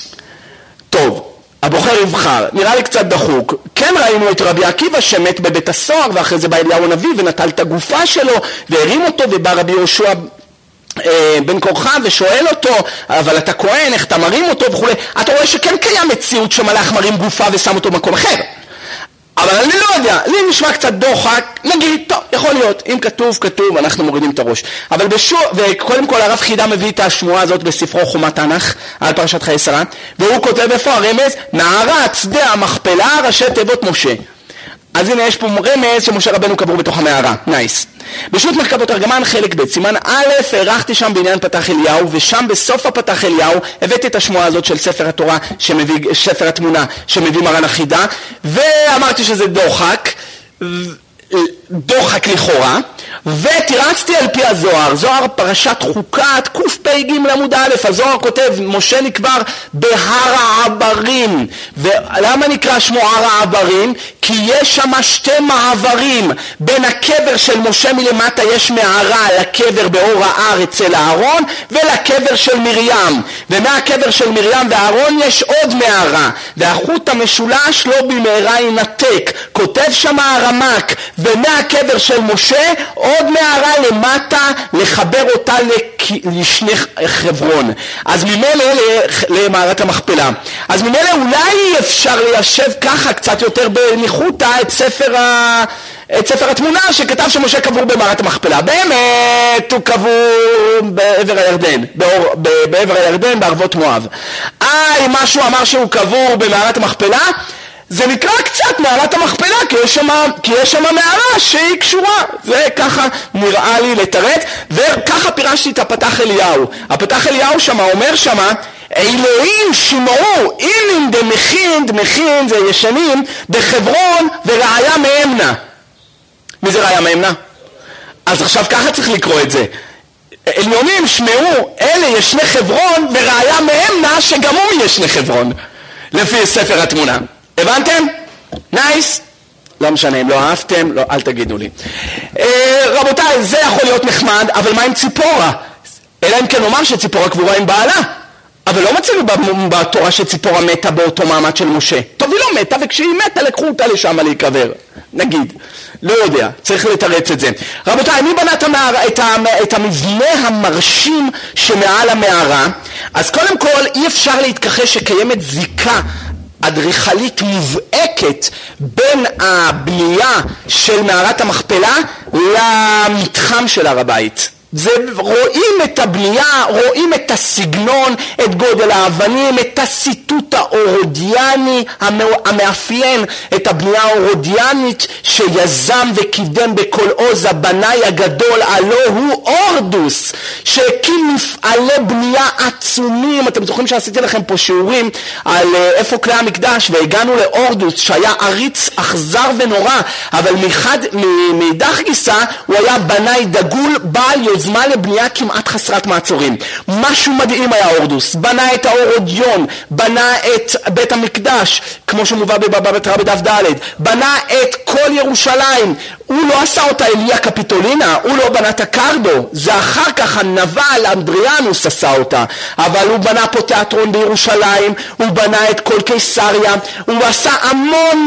טוב, הבוחר יבחר, נראה לי קצת דחוק. כן ראינו את רבי עקיבא שמת בבית הסוהר, ואחרי זה בא אליהו הנביא ונטל את הגופה שלו והרים אותו, ובא רבי יהושע אה, בן כורחה ושואל אותו, אבל אתה כהן, איך אתה מרים אותו וכו'. אתה רואה שכן קיים מציאות שמלאך מרים גופה ושם אותו במקום אחר. אבל אני לא יודע, לי נשמע קצת דוחק, נגיד, טוב, יכול להיות, אם כתוב, כתוב, אנחנו מורידים את הראש. אבל בשור, וקודם כל הרב חידה מביא את השמועה הזאת בספרו חומת תנ"ך, על פרשת חיי שרה, והוא כותב איפה הרמז, מערת שדה המכפלה, ראשי תיבות משה. אז הנה יש פה רמז שמשה רבנו קבור בתוך המערה, נייס. בשו"ת מרכבות ארגמן חלק ב' סימן א', הערכתי שם בעניין פתח אליהו, ושם בסוף הפתח אליהו הבאתי את השמועה הזאת של ספר התורה, שמביא, ספר התמונה שמביא מרן החידה, ואמרתי שזה דוחק, דוחק לכאורה, ותירצתי על פי הזוהר, זוהר פרשת חוקת קפ"ג לעמוד א', הזוהר כותב משה נקבר בהר העברים. ולמה נקרא שמו הר העברים? כי יש שם שתי מעברים, בין הקבר של משה מלמטה יש מערה לקבר באור ההר אצל אהרון, ולקבר של מרים, ומהקבר של מרים ואהרון יש עוד מערה, והחוט המשולש לא במהרה ינתק. כותב שם הרמ"ק, ומהקבר של משה עוד מערה למטה לחבר אותה לשני חברון. אז ממילא למערת המכפלה. אז ממילא אולי אפשר ליישב ככה קצת יותר בניחותא את ספר ה... את ספר התמונה שכתב שמשה קבור במערת המכפלה. באמת הוא קבור בעבר הירדן, באור, בעבר הירדן בערבות מואב. איי, משהו אמר שהוא קבור במערת המכפלה, זה נקרא קצת מערת המכפלה, כי יש שם, כי יש שם מערה שהיא קשורה. זה ככה נראה לי לתרץ, וככה פירשתי את הפתח אליהו. הפתח אליהו שם אומר שם, אלוהים שמעו, אינם דמכין, דמכין זה ישנים, בחברון וראיה מאמנה. מי זה ראיה מאמנה? אז עכשיו ככה צריך לקרוא את זה. אלוהים שמעו, אלה ישני חברון וראיה מאמנה, שגם הוא ישני חברון. לפי ספר התמונה. הבנתם? נייס? לא משנה, אם לא אהבתם, לא, אל תגידו לי. אה, רבותיי, זה יכול להיות נחמד, אבל מה עם ציפורה? אלא אם כן אומר שציפורה קבורה עם בעלה. אבל לא מצאנו בתורה שציפורה מתה באותו מעמד של משה. טוב, היא לא מתה, וכשהיא מתה לקחו אותה לשם להיקבר. נגיד. לא יודע, צריך לתרץ את זה. רבותיי, מי בנה את, המערה, את, המ, את המבנה המרשים שמעל המערה? אז קודם כל, אי אפשר להתכחש שקיימת זיקה אדריכלית מובהקת בין הבנייה של מערת המכפלה למתחם של הר הבית. זה, רואים את הבנייה, רואים את הסגנון, את גודל האבנים, את הסיטוט האורודיאני המאפיין את הבנייה האורודיאנית שיזם וקידם בכל עוז הבנאי הגדול, הלא הוא אורדוס, שהקים מפעלי בנייה עצומים. אתם זוכרים שעשיתי לכם פה שיעורים על איפה כלי המקדש, והגענו לאורדוס שהיה עריץ אכזר ונורא, אבל מחד, מאידך גיסא הוא היה בנאי דגול, בעל יוזמה זמן לבנייה כמעט חסרת מעצורים. משהו מדהים היה אורדוס. בנה את האורודיון, בנה את בית המקדש, כמו שמובא בבבא בתרא בדף ד', בנה את כל ירושלים. הוא לא עשה אותה אליה קפיטולינה, הוא לא בנה את הקרדו, זה אחר כך הנבל אנדריאנוס עשה אותה, אבל הוא בנה פה תיאטרון בירושלים, הוא בנה את כל קיסריה, הוא עשה המון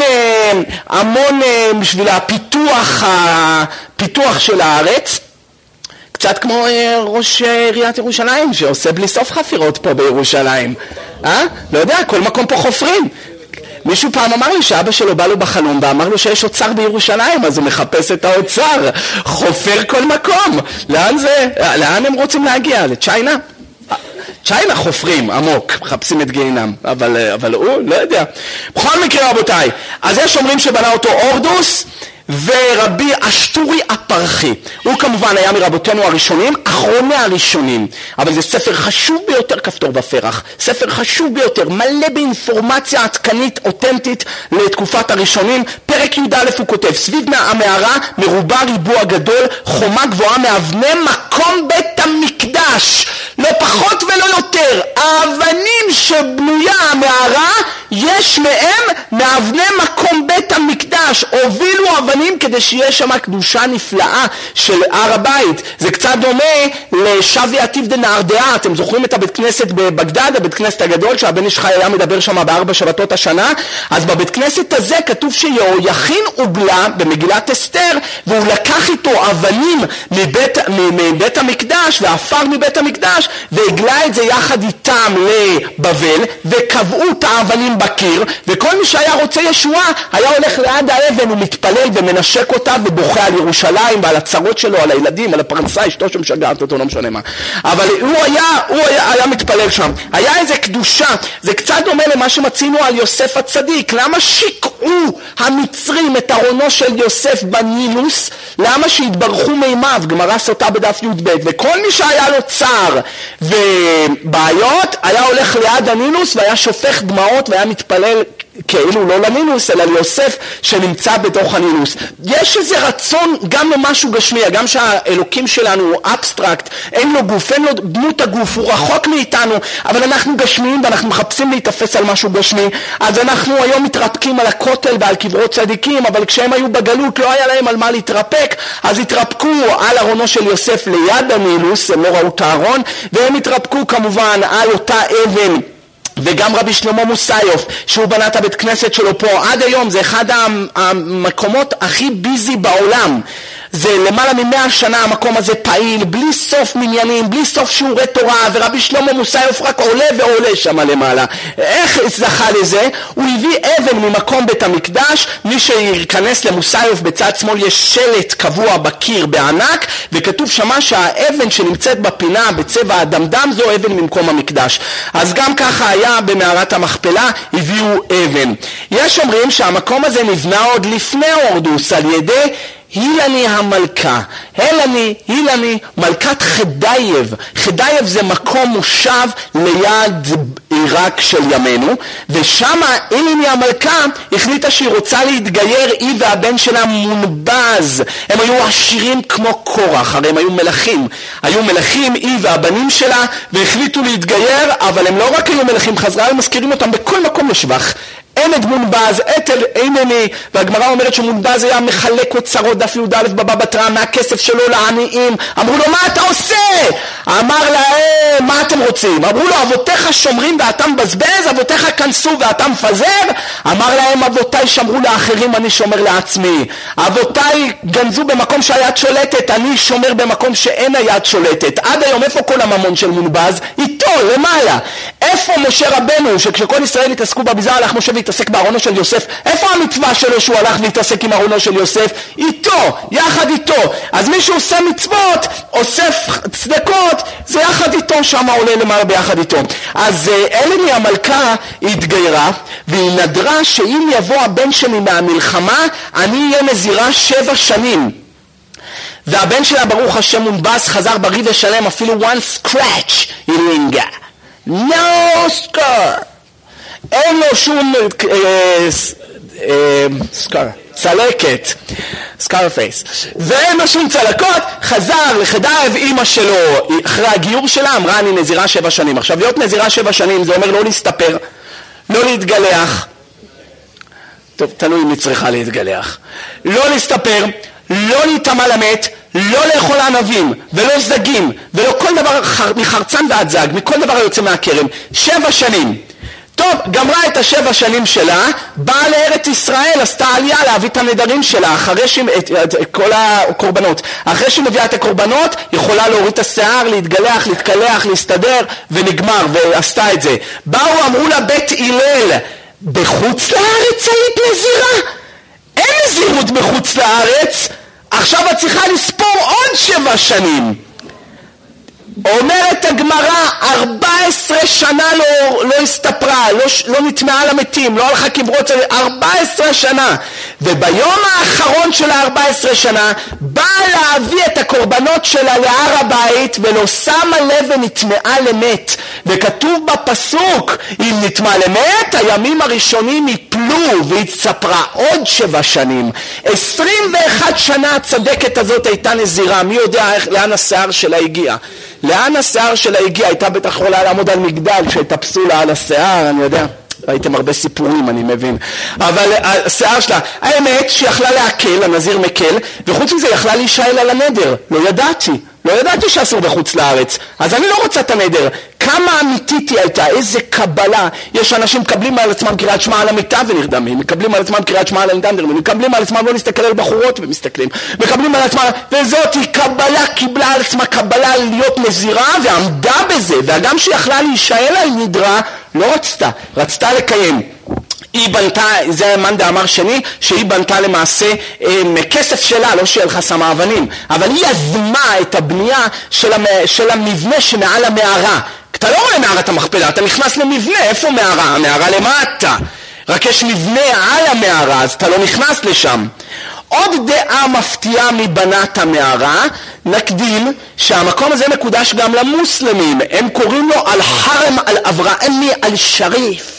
המון בשביל הפיתוח הפיתוח של הארץ. קצת כמו ראש עיריית ירושלים שעושה בלי סוף חפירות פה בירושלים. אה? לא יודע, כל מקום פה חופרים. מישהו פעם אמר לי שאבא שלו בא לו בחלום ואמר לו שיש אוצר בירושלים, אז הוא מחפש את האוצר, חופר כל מקום. לאן זה? לאן הם רוצים להגיע? לצ'יינה? צ'יינה חופרים עמוק, מחפשים את גיהינם, אבל, אבל הוא לא יודע. בכל מקרה רבותיי, אז יש אומרים שבנה אותו אורדוס, ורבי אשטורי הפרחי. הוא כמובן היה מרבותינו הראשונים, אחרוני הראשונים, אבל זה ספר חשוב ביותר, כפתור בפרח, ספר חשוב ביותר, מלא באינפורמציה עדכנית, אותנטית לתקופת הראשונים. פרק י' א' הוא כותב, סביב המערה מרובה ריבוע גדול, חומה גבוהה מאבני מקום בית המקדש, לא פחות ולא יותר. האבנים שבנויה המערה, יש מהם מאבני מקום בית המקדש, הובילו אבנים כדי שיהיה שם קדושה נפלאה של הר הבית. זה קצת דומה לשבי עטיף דנהרדעה. אתם זוכרים את הבית כנסת בבגדד, הבית כנסת הגדול שהבן איש חי היה מדבר שם בארבע שבתות השנה? אז בבית כנסת הזה כתוב שיהויכין הוגלה במגילת אסתר, והוא לקח איתו אבנים מבית, מבית המקדש ועפר מבית המקדש, והגלה את זה יחד איתם לבבל, וקבעו את האבנים בקיר, וכל מי שהיה רוצה ישועה היה הולך ליד האבן ומתפלל ומנשק אותה ובוכה על ירושלים ועל הצרות שלו, על הילדים, על הפרנסה, אשתו שמשגעת אותו, לא משנה מה. אבל הוא היה, הוא היה, היה מתפלל שם. היה איזה קדושה. זה קצת דומה למה שמצינו על יוסף הצדיק. למה שיקעו המצרים את ארונו של יוסף בנילוס? למה שהתברכו מימיו? גמרא סוטה בדף י' ב'. וכל מי שהיה לו צער ובעיות היה הולך ליד הנילוס והיה שופך דמעות והיה מתפלל כאילו לא לנילוס אלא ליוסף שנמצא בתוך הנילוס. יש איזה רצון גם למשהו גשמי, גם שהאלוקים שלנו הוא אבסטרקט, אין לו גוף, אין לו דמות הגוף, הוא רחוק מאיתנו, אבל אנחנו גשמיים ואנחנו מחפשים להתאפס על משהו גשמי. אז אנחנו היום מתרפקים על הכותל ועל קברות צדיקים, אבל כשהם היו בגלות לא היה להם על מה להתרפק, אז התרפקו על ארונו של יוסף ליד הנילוס, הם לא ראו את הארון, והם התרפקו כמובן על אותה אבן. וגם רבי שלמה מוסיוף, שהוא בנה את הבית כנסת שלו פה עד היום, זה אחד המקומות הכי ביזי בעולם. זה למעלה ממאה שנה המקום הזה פעיל, בלי סוף מניינים, בלי סוף שיעורי תורה, ורבי שלמה מוסיוף רק עולה ועולה שם למעלה. איך זכה לזה? הוא הביא אבן ממקום בית המקדש. מי שיכנס למוסיוף בצד שמאל יש שלט קבוע בקיר בענק, וכתוב שמה שהאבן שנמצאת בפינה בצבע הדמדם זו אבן ממקום המקדש. אז גם ככה היה במערת המכפלה, הביאו אבן. יש אומרים שהמקום הזה נבנה עוד לפני אורדוס על ידי הילני המלכה. הילני, הילני, מלכת חדייב. חדייב זה מקום מושב ליד עיראק של ימינו, ושם הילני המלכה החליטה שהיא רוצה להתגייר, היא והבן שלה מונבז. הם היו עשירים כמו קורח, הרי הם היו מלכים. היו מלכים, היא והבנים שלה, והחליטו להתגייר, אבל הם לא רק היו מלכים, חזרה, הם מזכירים אותם בכל מקום לשבח. אין את מונבז, את אינני, והגמרא אומרת שמונבז היה מחלק אוצרות, דף יהודה א' בבא בתרא, מהכסף שלו לעניים. אמרו לו, מה אתה עושה? אמר להם, מה אתם רוצים? אמרו לו, אבותיך שומרים ואתה מבזבז, אבותיך כנסו ואתה מפזר. אמר להם, אבותיי שמרו לאחרים, אני שומר לעצמי. אבותיי גנזו במקום שהיד שולטת, אני שומר במקום שאין היד שולטת. עד היום איפה כל הממון של מונבז? איתו, למעלה. איפה משה רבנו, שכשכל ישראל התעסקו בביזה, הלך משה והתעסק בארונו של יוסף? איפה המצווה שלו שהוא הלך והתעסק עם ארונו של יוסף? איתו, יחד איתו. אז מי שעושה מצוות, אוסף צדקות, זה יחד איתו, שם עולה למעלה ביחד איתו. אז אלני המלכה התגיירה, והיא נדרה שאם יבוא הבן שלי מהמלחמה, אני אהיה נזירה שבע שנים. והבן שלה ברוך השם מונבז חזר בריא ושלם, אפילו one scratch היא לא הנגעה. no scar. אין לו שום סקר, צלקת, סקר פייס, ואין לו שום צלקות. חזר לחדיו, אמא שלו אחרי הגיור שלה אמרה אני נזירה שבע שנים. עכשיו להיות נזירה שבע שנים זה אומר לא להסתפר, לא להתגלח, טוב תלוי אם היא צריכה להתגלח, לא להסתפר, לא להתאמה למת, לא לאכול ענבים ולא זגים ולא כל דבר מחרצן ועד זג, מכל דבר היוצא מהכרם. שבע שנים. טוב, גמרה את השבע שנים שלה, באה לארץ ישראל, עשתה עלייה להביא את הנדרים שלה, אחרי שהיא, את, את, את כל הקורבנות. אחרי שהיא מביאה את הקורבנות, יכולה להוריד את השיער, להתגלח, להתקלח, להסתדר, ונגמר, ועשתה את זה. באו, אמרו לה בית הלל, בחוץ לארץ היית נזירה? אין נזירות בחוץ לארץ, עכשיו את צריכה לספור עוד שבע שנים. אומרת הגמרא, ארבע עשרה שנה לא, לא הסתפרה, לא, לא נטמעה למתים, לא הלכה כברות, ארבע עשרה שנה. וביום האחרון של ארבע עשרה שנה, באה להביא את הקורבנות שלה להר הבית, ולא שמה לב ונטמעה למת. וכתוב בפסוק, אם נטמעה למת, הימים הראשונים יפלו, והצטפרה עוד שבע שנים. עשרים ואחת שנה הצדקת הזאת הייתה נזירה, מי יודע איך, לאן השיער שלה הגיע. לאן השיער שלה הגיע? הייתה בטח יכולה לעמוד על מגדל שהתאפסו לה על השיער, אני יודע, ראיתם הרבה סיפורים אני מבין, אבל השיער שלה, האמת שיכלה להקל, הנזיר מקל, וחוץ מזה יכלה להישאל על הנדר. לא ידעתי, לא ידעתי שאסור בחוץ לארץ, אז אני לא רוצה את הנדר. כמה אמיתית היא הייתה, איזה קבלה. יש אנשים מקבלים על עצמם קריאת שמע על המיטה ונרדמים, מקבלים על עצמם קריאת שמע על הנדר, מקבלים על עצמם לא להסתכל על בחורות ומסתכלים, מקבלים על עצמם, וזאת היא קבלה, קיבלה על עצמה קבלה להיות נזירה ועמדה בזה, וגם שיכלה להישאל על נדרה, לא רצתה, רצתה לקיים. היא בנתה, זה מאן דאמר שני, שהיא בנתה למעשה מכסף שלה, לא שיהיה לך שמה אבנים, אבל היא יזמה את הבנייה של, המ... של המבנה שמעל המערה. אתה לא רואה מערת המכפלה, אתה נכנס למבנה, איפה מערה? המערה למטה, רק יש מבנה על המערה, אז אתה לא נכנס לשם. עוד דעה מפתיעה מבנת המערה, נקדים שהמקום הזה מקודש גם למוסלמים, הם קוראים לו על חרם על אברהמי על שריף,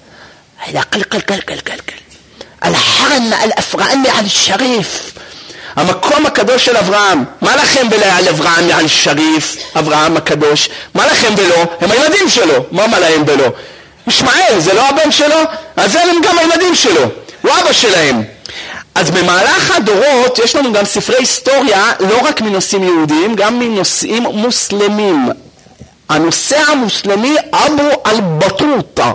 על קל קל קל קל קל קל על חרם על אברהמי על שריף, המקום הקדוש של אברהם. מה לכם ולעל אברהם על שריף, אברהם הקדוש? מה לכם ולא? הם הילדים שלו. מה מה להם ולא? ישמעאל זה לא הבן שלו? אז הם גם הילדים שלו, הוא אבא שלהם. אז במהלך הדורות יש לנו גם ספרי היסטוריה, לא רק מנושאים יהודיים, גם מנושאים מוסלמים. הנושא המוסלמי אבו אל-בטוטה,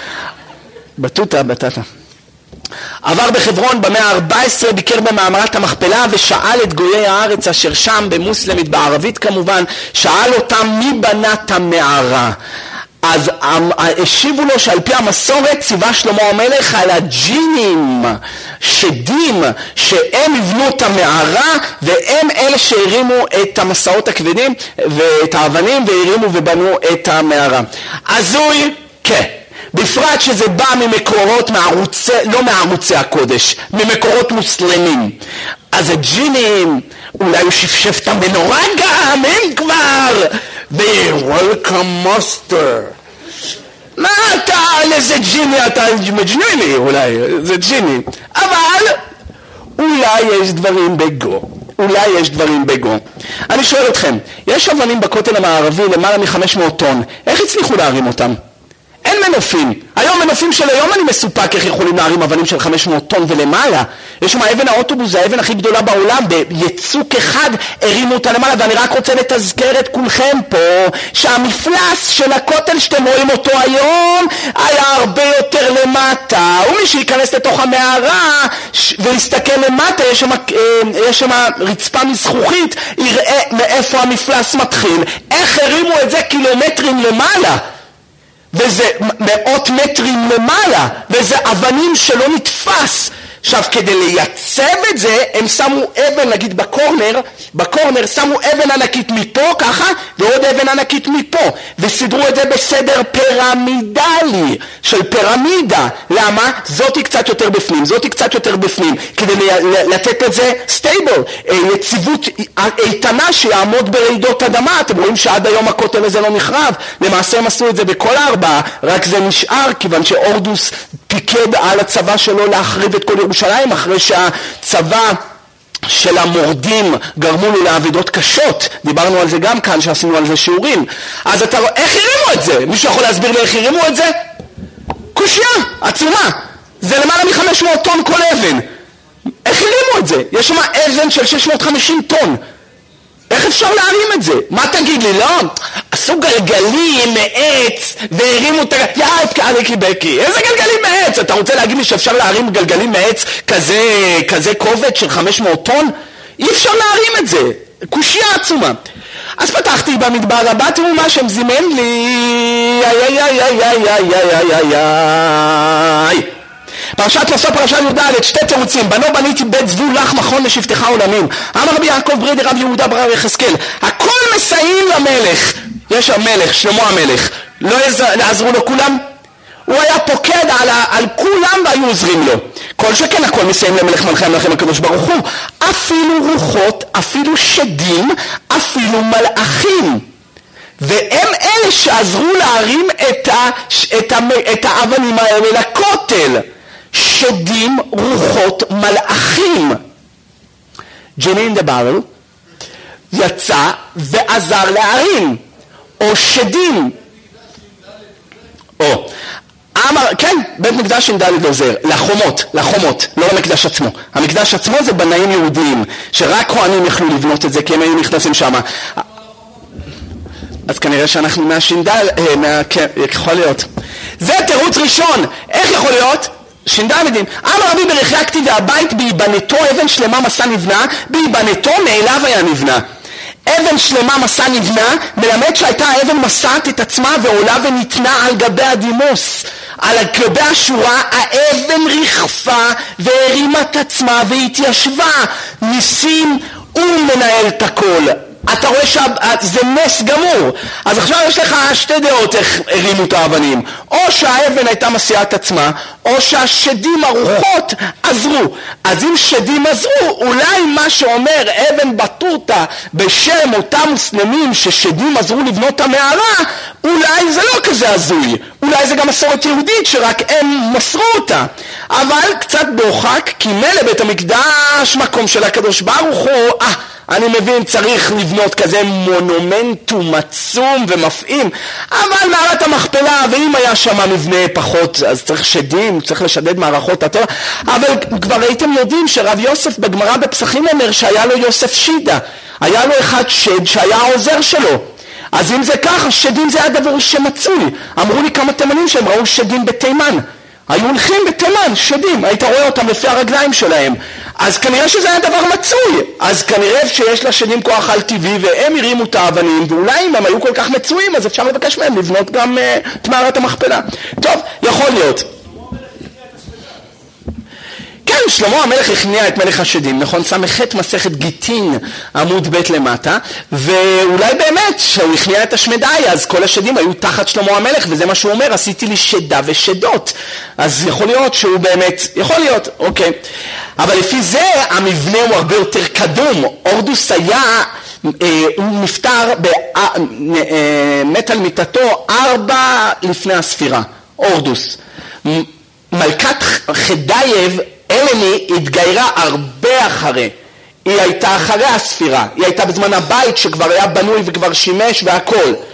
בטוטה, בטוטה, עבר בחברון במאה ה-ארבע עשרה, ביקר במערת המכפלה ושאל את גויי הארץ אשר שם, במוסלמית, בערבית כמובן, שאל אותם מי בנה את המערה. אז השיבו לו שעל פי המסורת ציווה שלמה המלך על הג'ינים, שדים, שהם יבנו את המערה, והם אלה שהרימו את המסעות הכבדים ואת האבנים והרימו ובנו את המערה. הזוי, כן. בפרט שזה בא ממקורות מערוצי, לא מערוצי הקודש, ממקורות מוסלמים. אז הג'ינים, אולי הוא שפשף את המנורה גם, הם כבר, ו-Welcome Master. מה אתה על איזה ג'יני, אתה מג'נוני אולי, זה ג'יני. אבל אולי יש דברים בגו, אולי יש דברים בגו. אני שואל אתכם, יש אבנים בכותל המערבי למעלה מ-חמש מאות טון, איך הצליחו להרים אותם? אין מנופים. היום מנופים של היום אני מסופק איך יכולים להרים אבנים של חמש מאות טון ולמעלה. יש שם אבן האוטובוס, זה האבן הכי גדולה בעולם, ביצוק אחד הרימו אותה למעלה, ואני רק רוצה לתזכר את כולכם פה, שהמפלס של הכותל שאתם רואים אותו היום, היה הרבה יותר למטה, ומי שייכנס לתוך המערה ויסתכל למטה, יש שם, יש שם רצפה מזכוכית, יראה מאיפה המפלס מתחיל, איך הרימו את זה קילומטרים למעלה. וזה מאות מטרים למעלה, וזה אבנים שלא נתפס. עכשיו, כדי לייצב את זה, הם שמו אבן, נגיד בקורנר, בקורנר שמו אבן ענקית מפה, ככה, ועוד אבן ענקית מפה, וסידרו את זה בסדר פירמידלי, של פירמידה. למה? זאתי קצת יותר בפנים, זאתי קצת יותר בפנים, כדי לתת את זה סטייבל, יציבות איתנה שיעמוד ברעידות אדמה. אתם רואים שעד היום הכותל הזה לא נחרב, למעשה הם עשו את זה בכל הארבעה, רק זה נשאר, כיוון שהורדוס פיקד על הצבא שלו להחריב את כל ירושלים, אחרי שהצבא של המורדים גרמו לו לעבידות קשות. דיברנו על זה גם כאן, שעשינו על זה שיעורים. אז אתה רואה, איך הרימו את זה? מישהו יכול להסביר לי איך הרימו את זה? קושיה, עצומה. זה למעלה מ-חמש מאות טון כל אבן. איך הרימו את זה? יש שם אבן של שש מאות וחמישים טון. איך אפשר להרים את זה? מה תגיד לי? לא, עשו גלגלים מעץ והרימו את הגלגלים. יא, את קעליקי בקי, איזה גלגלים מעץ? אתה רוצה להגיד לי שאפשר להרים גלגלים מעץ כזה, כזה כובד של חמש מאות טון? אי אפשר להרים את זה. קושיה עצומה. אז פתחתי במדבר הבא, תראו מה שהם זימן לי. איי איי איי איי איי איי איי איי. פרשת נשוא, פרשת י"ד, שתי תירוצים. בנו בניתי בית זבול לך מכון לשבטך עולמים. אמר רבי יעקב ברידי רב יהודה בר יחזקאל, הכל מסייעים למלך. יש המלך, שלמה המלך, לא יעזרו לו כולם? הוא היה פוקד על, על כולם והיו עוזרים לו. כל שכן הכל מסייעים למלך מלכי המלכים הקדוש ברוך הוא. אפילו רוחות, אפילו שדים, אפילו מלאכים. והם אלה שעזרו להרים את, ה, את, ה, את האבנים האלה לכותל. שדים, רוחות, מלאכים. ג'יני אין דה ברל יצא ועזר להרים, או שדים, או אמר, כן, בית מקדש עם ד' עוזר, לחומות, לחומות, לא למקדש עצמו. המקדש עצמו זה בנאים יהודיים, שרק כהנים יכלו לבנות את זה, כי הם היו נכנסים שם. אז כנראה שאנחנו מהשינדל, מה, כן, יכול להיות. זה תירוץ ראשון. איך יכול להיות? שינדלדים. אמר רבי ברכי והבית בהיבנתו אבן שלמה מסע נבנה, בהיבנתו מאליו היה נבנה. אבן שלמה מסע נבנה, מלמד שהייתה האבן מסעת את עצמה ועולה וניתנה על גבי הדימוס. על גבי השורה האבן רכפה והרימה את עצמה והתיישבה. ניסים הוא מנהל את הכל. אתה רואה שזה נס גמור. אז עכשיו יש לך שתי דעות איך הרימו את האבנים. או שהאבן הייתה מסיעה את עצמה, או שהשדים הרוחות עזרו. אז אם שדים עזרו, אולי מה שאומר אבן בטורטה בשם אותם מוסלמים ששדים עזרו לבנות את המערה, אולי זה לא כזה הזוי. אולי זה גם מסורת יהודית שרק הם מסרו אותה. אבל קצת דוחק, כי מלא בית המקדש, מקום של הקדוש ברוך הוא, אה, אני מבין, צריך לבנות כזה מונומנטום עצום ומפעים, אבל מערת המכפלה, ואם היה שם מבנה פחות, אז צריך שדים, צריך לשדד מערכות התורה. אבל כבר הייתם יודעים שרב יוסף בגמרא בפסחים אומר שהיה לו יוסף שידה, היה לו אחד שד שהיה העוזר שלו. אז אם זה ככה, שדים זה הדבר שמצוי. אמרו לי כמה תימנים שהם ראו שדים בתימן, היו הולכים בתימן, שדים, היית רואה אותם לפי הרגליים שלהם. אז כנראה שזה היה דבר מצוי. אז כנראה שיש לשדים כוח על טבעי, והם הרימו את האבנים, ואולי אם הם היו כל כך מצויים, אז אפשר לבקש מהם לבנות גם uh, את מערת המכפלה. טוב, יכול להיות. כן, שלמה המלך הכניע את מלך השדים, נכון? סמכת מסכת גיטין עמוד ב' למטה, ואולי באמת שהוא הכניע את השמדי, אז כל השדים היו תחת שלמה המלך, וזה מה שהוא אומר, עשיתי לי שדה ושדות. אז יכול להיות שהוא באמת, יכול להיות, אוקיי. אבל לפי זה המבנה הוא הרבה יותר קדום. הורדוס היה, אה, הוא נפטר, אה, אה, מת על מיטתו ארבע לפני הספירה, הורדוס. מלכת חדייב, אלני התגיירה הרבה אחרי, היא הייתה אחרי הספירה, היא הייתה בזמן הבית שכבר היה בנוי וכבר שימש והכל.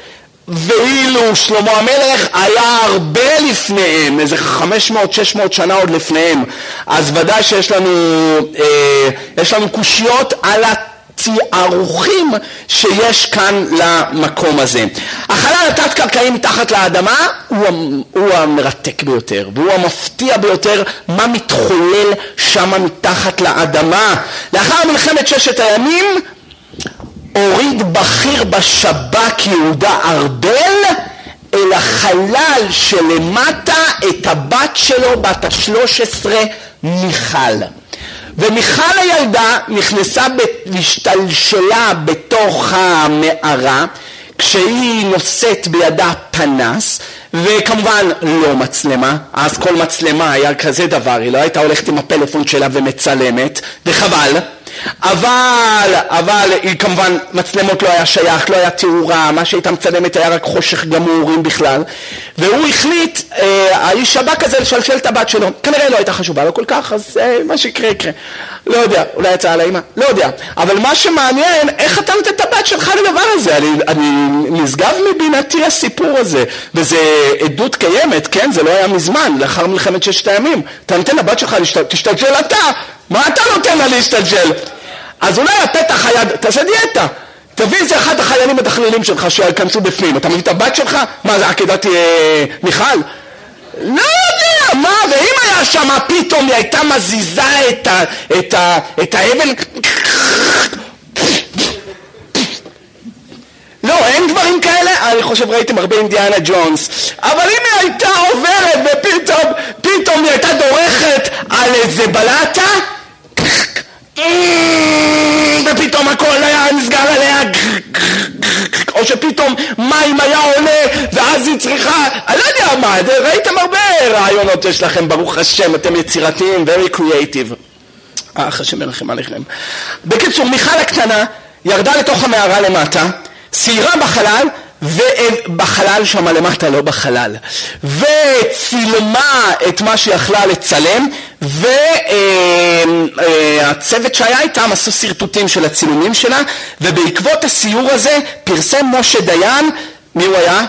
ואילו שלמה המלך היה הרבה לפניהם, איזה חמש מאות שש מאות שנה עוד לפניהם, אז ודאי שיש לנו, אה, יש לנו קושיות על התיארוכים שיש כאן למקום הזה. החלל התת-קרקעי מתחת לאדמה הוא, הוא המרתק ביותר, והוא המפתיע ביותר מה מתחולל שם מתחת לאדמה. לאחר מלחמת ששת הימים, הוריד בכיר בשב"כ יהודה ארבל אל החלל שלמטה את הבת שלו בת ה-שלוש עשרה מיכל. ומיכל הילדה נכנסה והשתלשלה בתוך המערה כשהיא נושאת בידה פנס, וכמובן לא מצלמה, אז כל מצלמה היה כזה דבר, היא לא הייתה הולכת עם הפלאפון שלה ומצלמת, וחבל. אבל, אבל היא כמובן, מצלמות לא היה שייך, לא היה תאורה, מה שהייתה מצלמת היה רק חושך גמורים בכלל, והוא החליט, אה, האיש שב"כ הזה, לשלשל את הבת שלו. כנראה לא הייתה חשובה לו כל כך, אז אה, מה שיקרה יקרה. לא יודע, אולי יצאה על האמא, לא יודע. אבל מה שמעניין, איך אתה נותן את הבת שלך לדבר הזה? אני, אני נשגב מבינתי הסיפור הזה, וזה עדות קיימת, כן? זה לא היה מזמן, לאחר מלחמת ששת הימים. אתה נותן לבת שלך, תשתלשל אתה. מה אתה נותן לה להשתלשל? אז אולי הפתח היד, תעשה דיאטה. תביא איזה אחד החיילים התכלילים שלך שיכנסו בפנים. אתה מביא את הבת שלך? מה זה, עקדת אה, מיכל? לא יודע, מה? ואם היה שם פתאום היא הייתה מזיזה את, ה, את, ה, את האבן... לא, אין דברים כאלה? אני חושב ראיתם הרבה אינדיאנה ג'ונס. אבל אם היא הייתה עוברת ופתאום פתאום היא הייתה דורכת על איזה בלטה, ופתאום הכל היה נסגר עליה, או שפתאום מים היה עולה ואז היא צריכה, אני לא יודע מה, ראיתם הרבה רעיונות יש לכם, ברוך השם, אתם יצירתיים, very creative. אה, השם ירחם עליכם. בקיצור, מיכל הקטנה ירדה לתוך המערה למטה, סיירה בחלל, ובחלל שם למטה, לא בחלל, וצילמה את מה שיכלה לצלם, והצוות שהיה איתם עשו סרטוטים של הצילומים שלה, ובעקבות הסיור הזה פרסם משה דיין, מי הוא היה?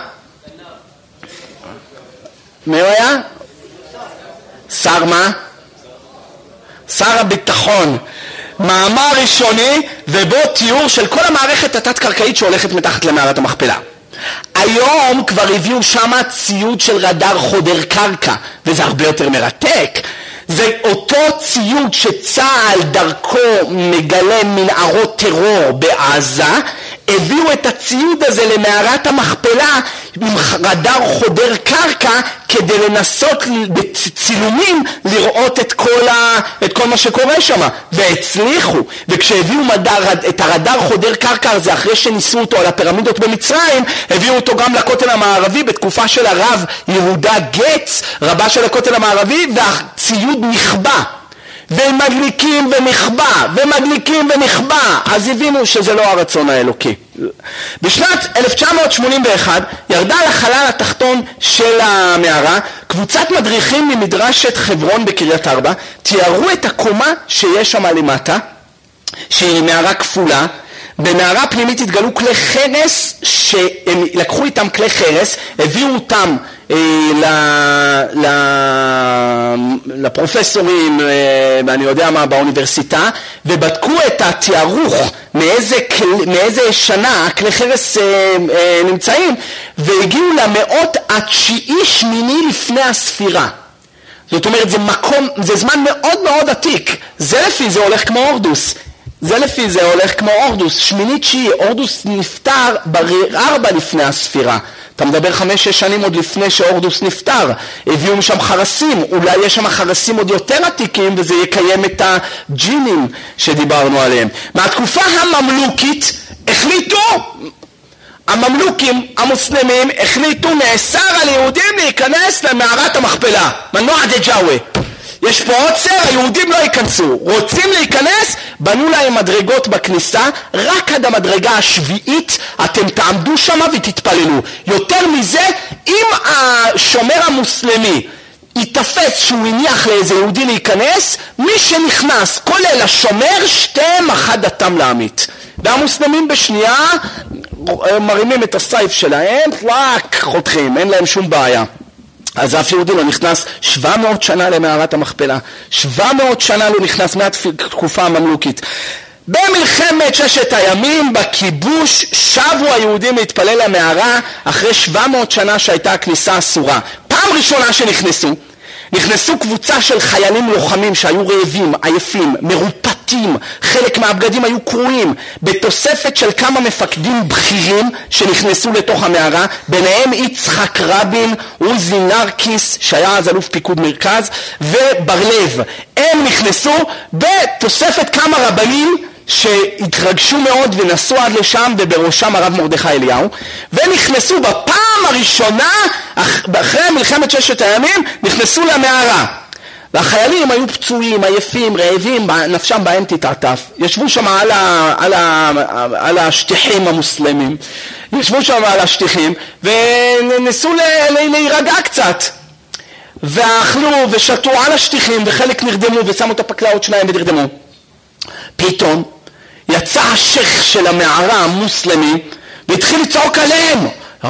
מי הוא היה? שר מה? שר הביטחון. מאמר ראשוני ובו תיאור של כל המערכת התת-קרקעית שהולכת מתחת למערת המכפלה. היום כבר הביאו שם ציוד של רדאר חודר קרקע, וזה הרבה יותר מרתק. זה אותו ציוד שצה"ל דרכו מגלה מנהרות טרור בעזה, הביאו את הציוד הזה למערת המכפלה עם רדאר חודר קרקע כדי לנסות בצילומים לראות את כל, ה... את כל מה שקורה שם, והצליחו. וכשהביאו מדר... את הרדאר חודר קרקע הזה אחרי שניסו אותו על הפירמידות במצרים, הביאו אותו גם לכותל המערבי בתקופה של הרב יהודה גץ, רבה של הכותל המערבי, והציוד נכבה. ומדליקים ונכבה, ומדליקים ונכבה, אז הבינו שזה לא הרצון האלוקי. בשנת אלף תשע מאות שמונים ואחת ירדה לחלל התחתון של המערה קבוצת מדריכים ממדרשת חברון בקריית ארבע, תיארו את הקומה שיש שם למטה, שהיא מערה כפולה. במערה פנימית התגלו כלי חרס, שהם לקחו איתם כלי חרס, הביאו אותם אה, ל, ל, לפרופסורים, אה, אני יודע מה, באוניברסיטה, ובדקו את התיארוך מאיזה, מאיזה שנה הכלי חרס אה, אה, נמצאים, והגיעו למאות התשיעי שמיני לפני הספירה. זאת אומרת, זה מקום, זה זמן מאוד מאוד עתיק. זה לפי זה הולך כמו אורדוס. זה לפי זה הולך כמו אורדוס, שמינית תשיעי, אורדוס נפטר בארבע לפני הספירה. אתה מדבר חמש שש שנים עוד לפני שאורדוס נפטר. הביאו משם חרסים, אולי יש שם חרסים עוד יותר עתיקים, וזה יקיים את הג'ינים שדיברנו עליהם. מהתקופה הממלוכית החליטו, הממלוכים המוסלמים החליטו, נאסר על יהודים להיכנס למערת המכפלה. מנוע דג'אווה. יש פה עוצר, היהודים לא ייכנסו. רוצים להיכנס, בנו להם מדרגות בכניסה, רק עד המדרגה השביעית אתם תעמדו שם ותתפללו. יותר מזה, אם השומר המוסלמי יתפס שהוא הניח לאיזה יהודי להיכנס, מי שנכנס, כולל השומר, שתיהם אחד דתם לעמית. והמוסלמים בשנייה מרימים את הסייף שלהם, רק חותכים, אין להם שום בעיה. אז אף יהודי לא נכנס שבע מאות שנה למערת המכפלה, שבע מאות שנה לא נכנס מהתקופה הממלוכית. במלחמת ששת הימים, בכיבוש, שבו היהודים להתפלל למערה אחרי שבע מאות שנה שהייתה הכניסה אסורה. פעם ראשונה שנכנסו, נכנסו קבוצה של חיילים לוחמים שהיו רעבים, עייפים, מרופטים, חלק מהבגדים היו קרועים, בתוספת של כמה מפקדים בכירים שנכנסו לתוך המערה, ביניהם יצחק רבין, עוזי נרקיס שהיה אז אלוף פיקוד מרכז, ובר לב. הם נכנסו בתוספת כמה רבנים שהתרגשו מאוד ונסעו עד לשם, ובראשם הרב מרדכי אליהו, ונכנסו בפעם הראשונה אחרי מלחמת ששת הימים, נכנסו למערה, והחיילים היו פצועים, עייפים, רעבים, נפשם בהם תתעטף. ישבו שם על, ה, על, ה, על השטיחים המוסלמים, ישבו שם על השטיחים וניסו להירגע קצת, ואכלו ושתו על השטיחים, וחלק נרדמו ושמו את הפקלאות שלהם ונרדמו. פתאום יצא השייך של המערה המוסלמי והתחיל לצעוק עליהם,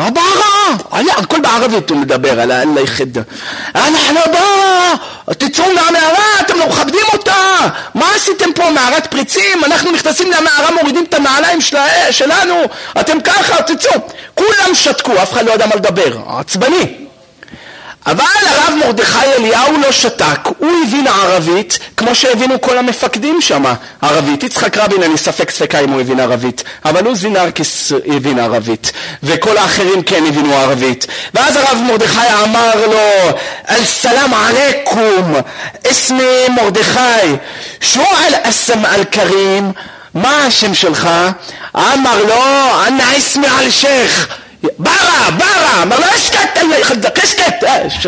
רברה, הכל בערבית הוא מדבר על היחידה, אנחנו בא, תצאו מהמערה, אתם לא מכבדים אותה, מה עשיתם פה, מערת פריצים? אנחנו נכנסים למערה, מורידים את הנעליים שלנו, אתם ככה, תצאו. כולם שתקו, אף אחד לא ידע מה לדבר, עצבני. אבל הרב מרדכי אליהו לא שתק, הוא הבין ערבית כמו שהבינו כל המפקדים שם ערבית. יצחק רבין אני ספק ספקה אם הוא הבין ערבית, אבל עוזי נרקיס הבין ערבית, וכל האחרים כן הבינו ערבית. ואז הרב מרדכי אמר לו, אל-סלאם עליכום, אסמי מרדכי, שואל אסם אל-כרים, מה השם שלך? אמר לו, אנא אסמי אל-שייך, ברא, ברא, אמר לו, אסקט, חדק, אסקט,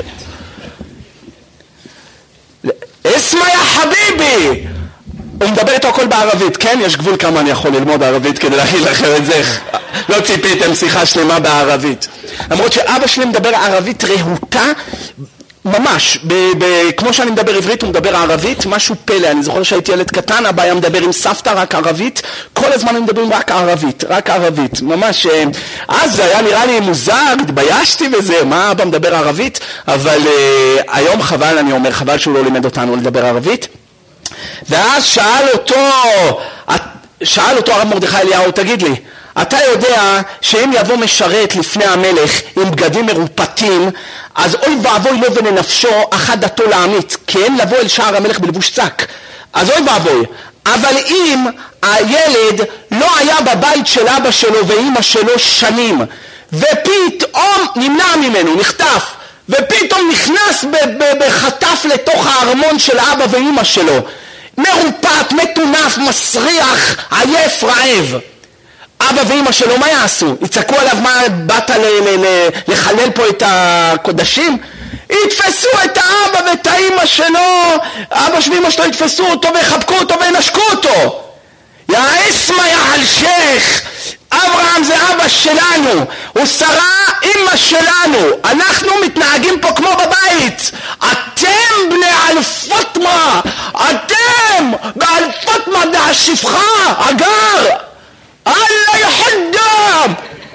אסמה יא חביבי. הוא מדבר איתו הכל בערבית, כן? יש גבול כמה אני יכול ללמוד ערבית כדי להגיד לכם את זה. לא ציפיתם שיחה שלמה בערבית. למרות שאבא שלי מדבר ערבית רהוטה, ממש, ב- ב- כמו שאני מדבר עברית הוא מדבר ערבית, משהו פלא. אני זוכר שהייתי ילד קטן, אבא היה מדבר עם סבתא רק ערבית, כל הזמן הם מדברים רק ערבית, רק ערבית, ממש. אז זה היה נראה לי מוזר, התביישתי בזה, מה אבא מדבר ערבית? אבל uh, היום חבל, אני אומר, חבל שהוא לא לימד אותנו לדבר ערבית. ואז שאל אותו, שאל אותו הרב מרדכי אליהו, תגיד לי, אתה יודע שאם יבוא משרת לפני המלך עם בגדים מרופטים, אז אוי ואבוי לו ולנפשו אחת דתו להמית, כן? לבוא אל שער המלך בלבוש צק, אז אוי ואבוי. אבל אם הילד לא היה בבית של אבא שלו ואמא שלו שנים, ופתאום נמנע ממנו, נחטף, ופתאום נכנס בחטף לתוך הארמון של אבא ואמא שלו, מרופט, מטונף, מסריח, עייף, רעב, אבא ואמא שלו מה יעשו? יצעקו עליו, מה באת לחלל פה את הקודשים? יתפסו את האבא ואת האמא שלו, אבא ואמא שלו יתפסו אותו ויחבקו אותו וינשקו אותו. יא אסמה יא אל-שייך, אברהם זה אבא שלנו, ושרה אמא שלנו, אנחנו מתנהגים פה כמו בבית. אתם בני אל-פטמה, אתם באל-פטמה דה השפחה, אגר אללה יחדם,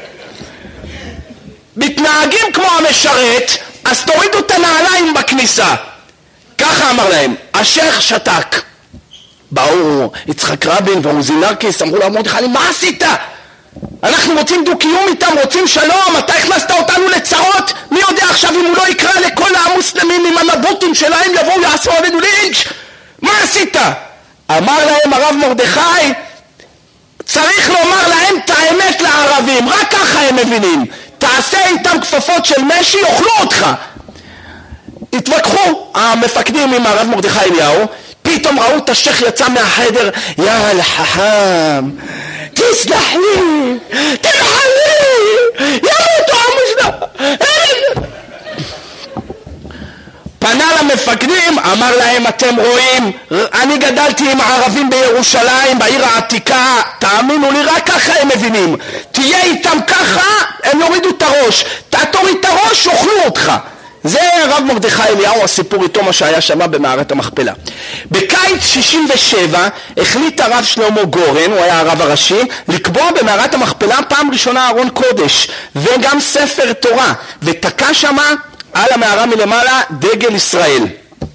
מתנהגים כמו המשרת, אז תורידו את הנעליים בכניסה. ככה אמר להם. השייך שתק. באו יצחק רבין ועוזי נרקיס, אמרו לו, מרדכי, מה עשית? אנחנו רוצים דו-קיום איתם, רוצים שלום, אתה הכנסת אותנו לצרות, מי יודע עכשיו אם הוא לא יקרא לכל המוסלמים עם המבוטים שלהם, יבואו יעשו עלינו לינץ', מה עשית? אמר להם הרב מרדכי, צריך לומר להם את האמת לערבים, רק ככה הם מבינים. תעשה איתם כפפות של משי, יאכלו אותך. התווכחו המפקדים עם הרב מרדכי אליהו, פתאום ראו את השייך יצא מהחדר, יא אל-חכם, תסלח לי, תמחה לי, ימותו המוסלמים. פנה למפקדים, אמר להם, אתם רואים, אני גדלתי עם הערבים בירושלים, בעיר העתיקה, תאמינו לי, רק ככה הם מבינים. תהיה איתם ככה, הם יורידו את הראש. תוריד את הראש, יאכלו אותך. זה הרב מרדכי אליהו, הסיפור איתו מה שהיה שם במערת המכפלה. בקיץ שישים ושבע החליט הרב שלמה גורן, הוא היה הרב הראשי, לקבוע במערת המכפלה פעם ראשונה ארון קודש וגם ספר תורה, ותקע שם על המערה מלמעלה דגל ישראל.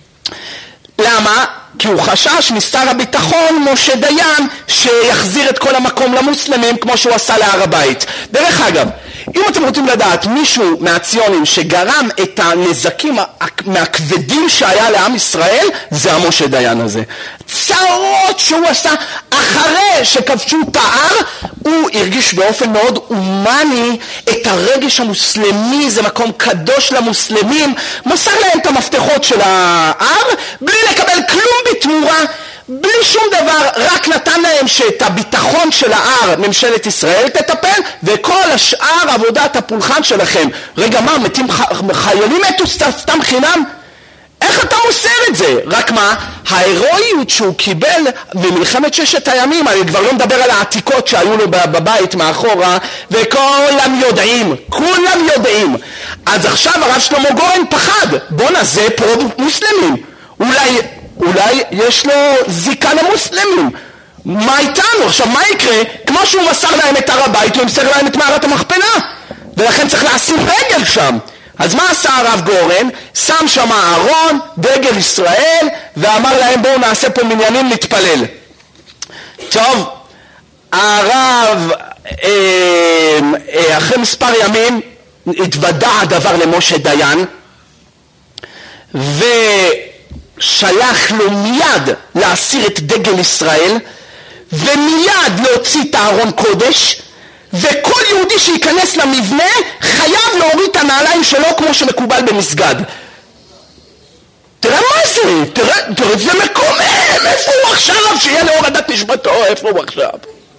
למה? כי הוא חשש משר הביטחון משה דיין שיחזיר את כל המקום למוסלמים כמו שהוא עשה להר הבית. דרך אגב, אם אתם רוצים לדעת מישהו מהציונים שגרם את הנזקים מהכבדים שהיה לעם ישראל, זה המשה דיין הזה. צרות שהוא עשה אחרי שכבשו את ההר, הוא הרגיש באופן מאוד אומני את הרגש המוסלמי, זה מקום קדוש למוסלמים, מסר להם את המפתחות של ההר בלי לקבל כלום בתמורה, בלי שום דבר, רק נתן להם שאת הביטחון של ההר ממשלת ישראל תטפל, וכל השאר עבודת הפולחן שלכם. רגע, מה, מתים ח... חיילים מתו סתם חינם? איך אתה מוסר את זה? רק מה, ההירואיות שהוא קיבל במלחמת ששת הימים, אני כבר לא מדבר על העתיקות שהיו לו בבית מאחורה, וכולם יודעים, כולם יודעים. אז עכשיו הרב שלמה גורן פחד, בוא נזה פה מוסלמים, אולי... אולי יש לו זיקה למוסלמים. מה איתנו? עכשיו מה יקרה? כמו שהוא מסר להם את הר הבית, הוא מסר להם את מערת המכפלה, ולכן צריך לשים רגל שם. אז מה עשה הרב גורן? שם שם ארון, דגל ישראל, ואמר להם בואו נעשה פה מניינים להתפלל. טוב, הרב אה, אה, אחרי מספר ימים התוודע הדבר למשה דיין, ו... שלח לו מיד להסיר את דגל ישראל ומיד להוציא את הארון קודש, וכל יהודי שייכנס למבנה חייב להוריד את הנעליים שלו כמו שמקובל במסגד. תראה מה זה, תראה, תראה זה מקומם, איפה הוא עכשיו שיהיה להורדת נשמתו, איפה הוא עכשיו?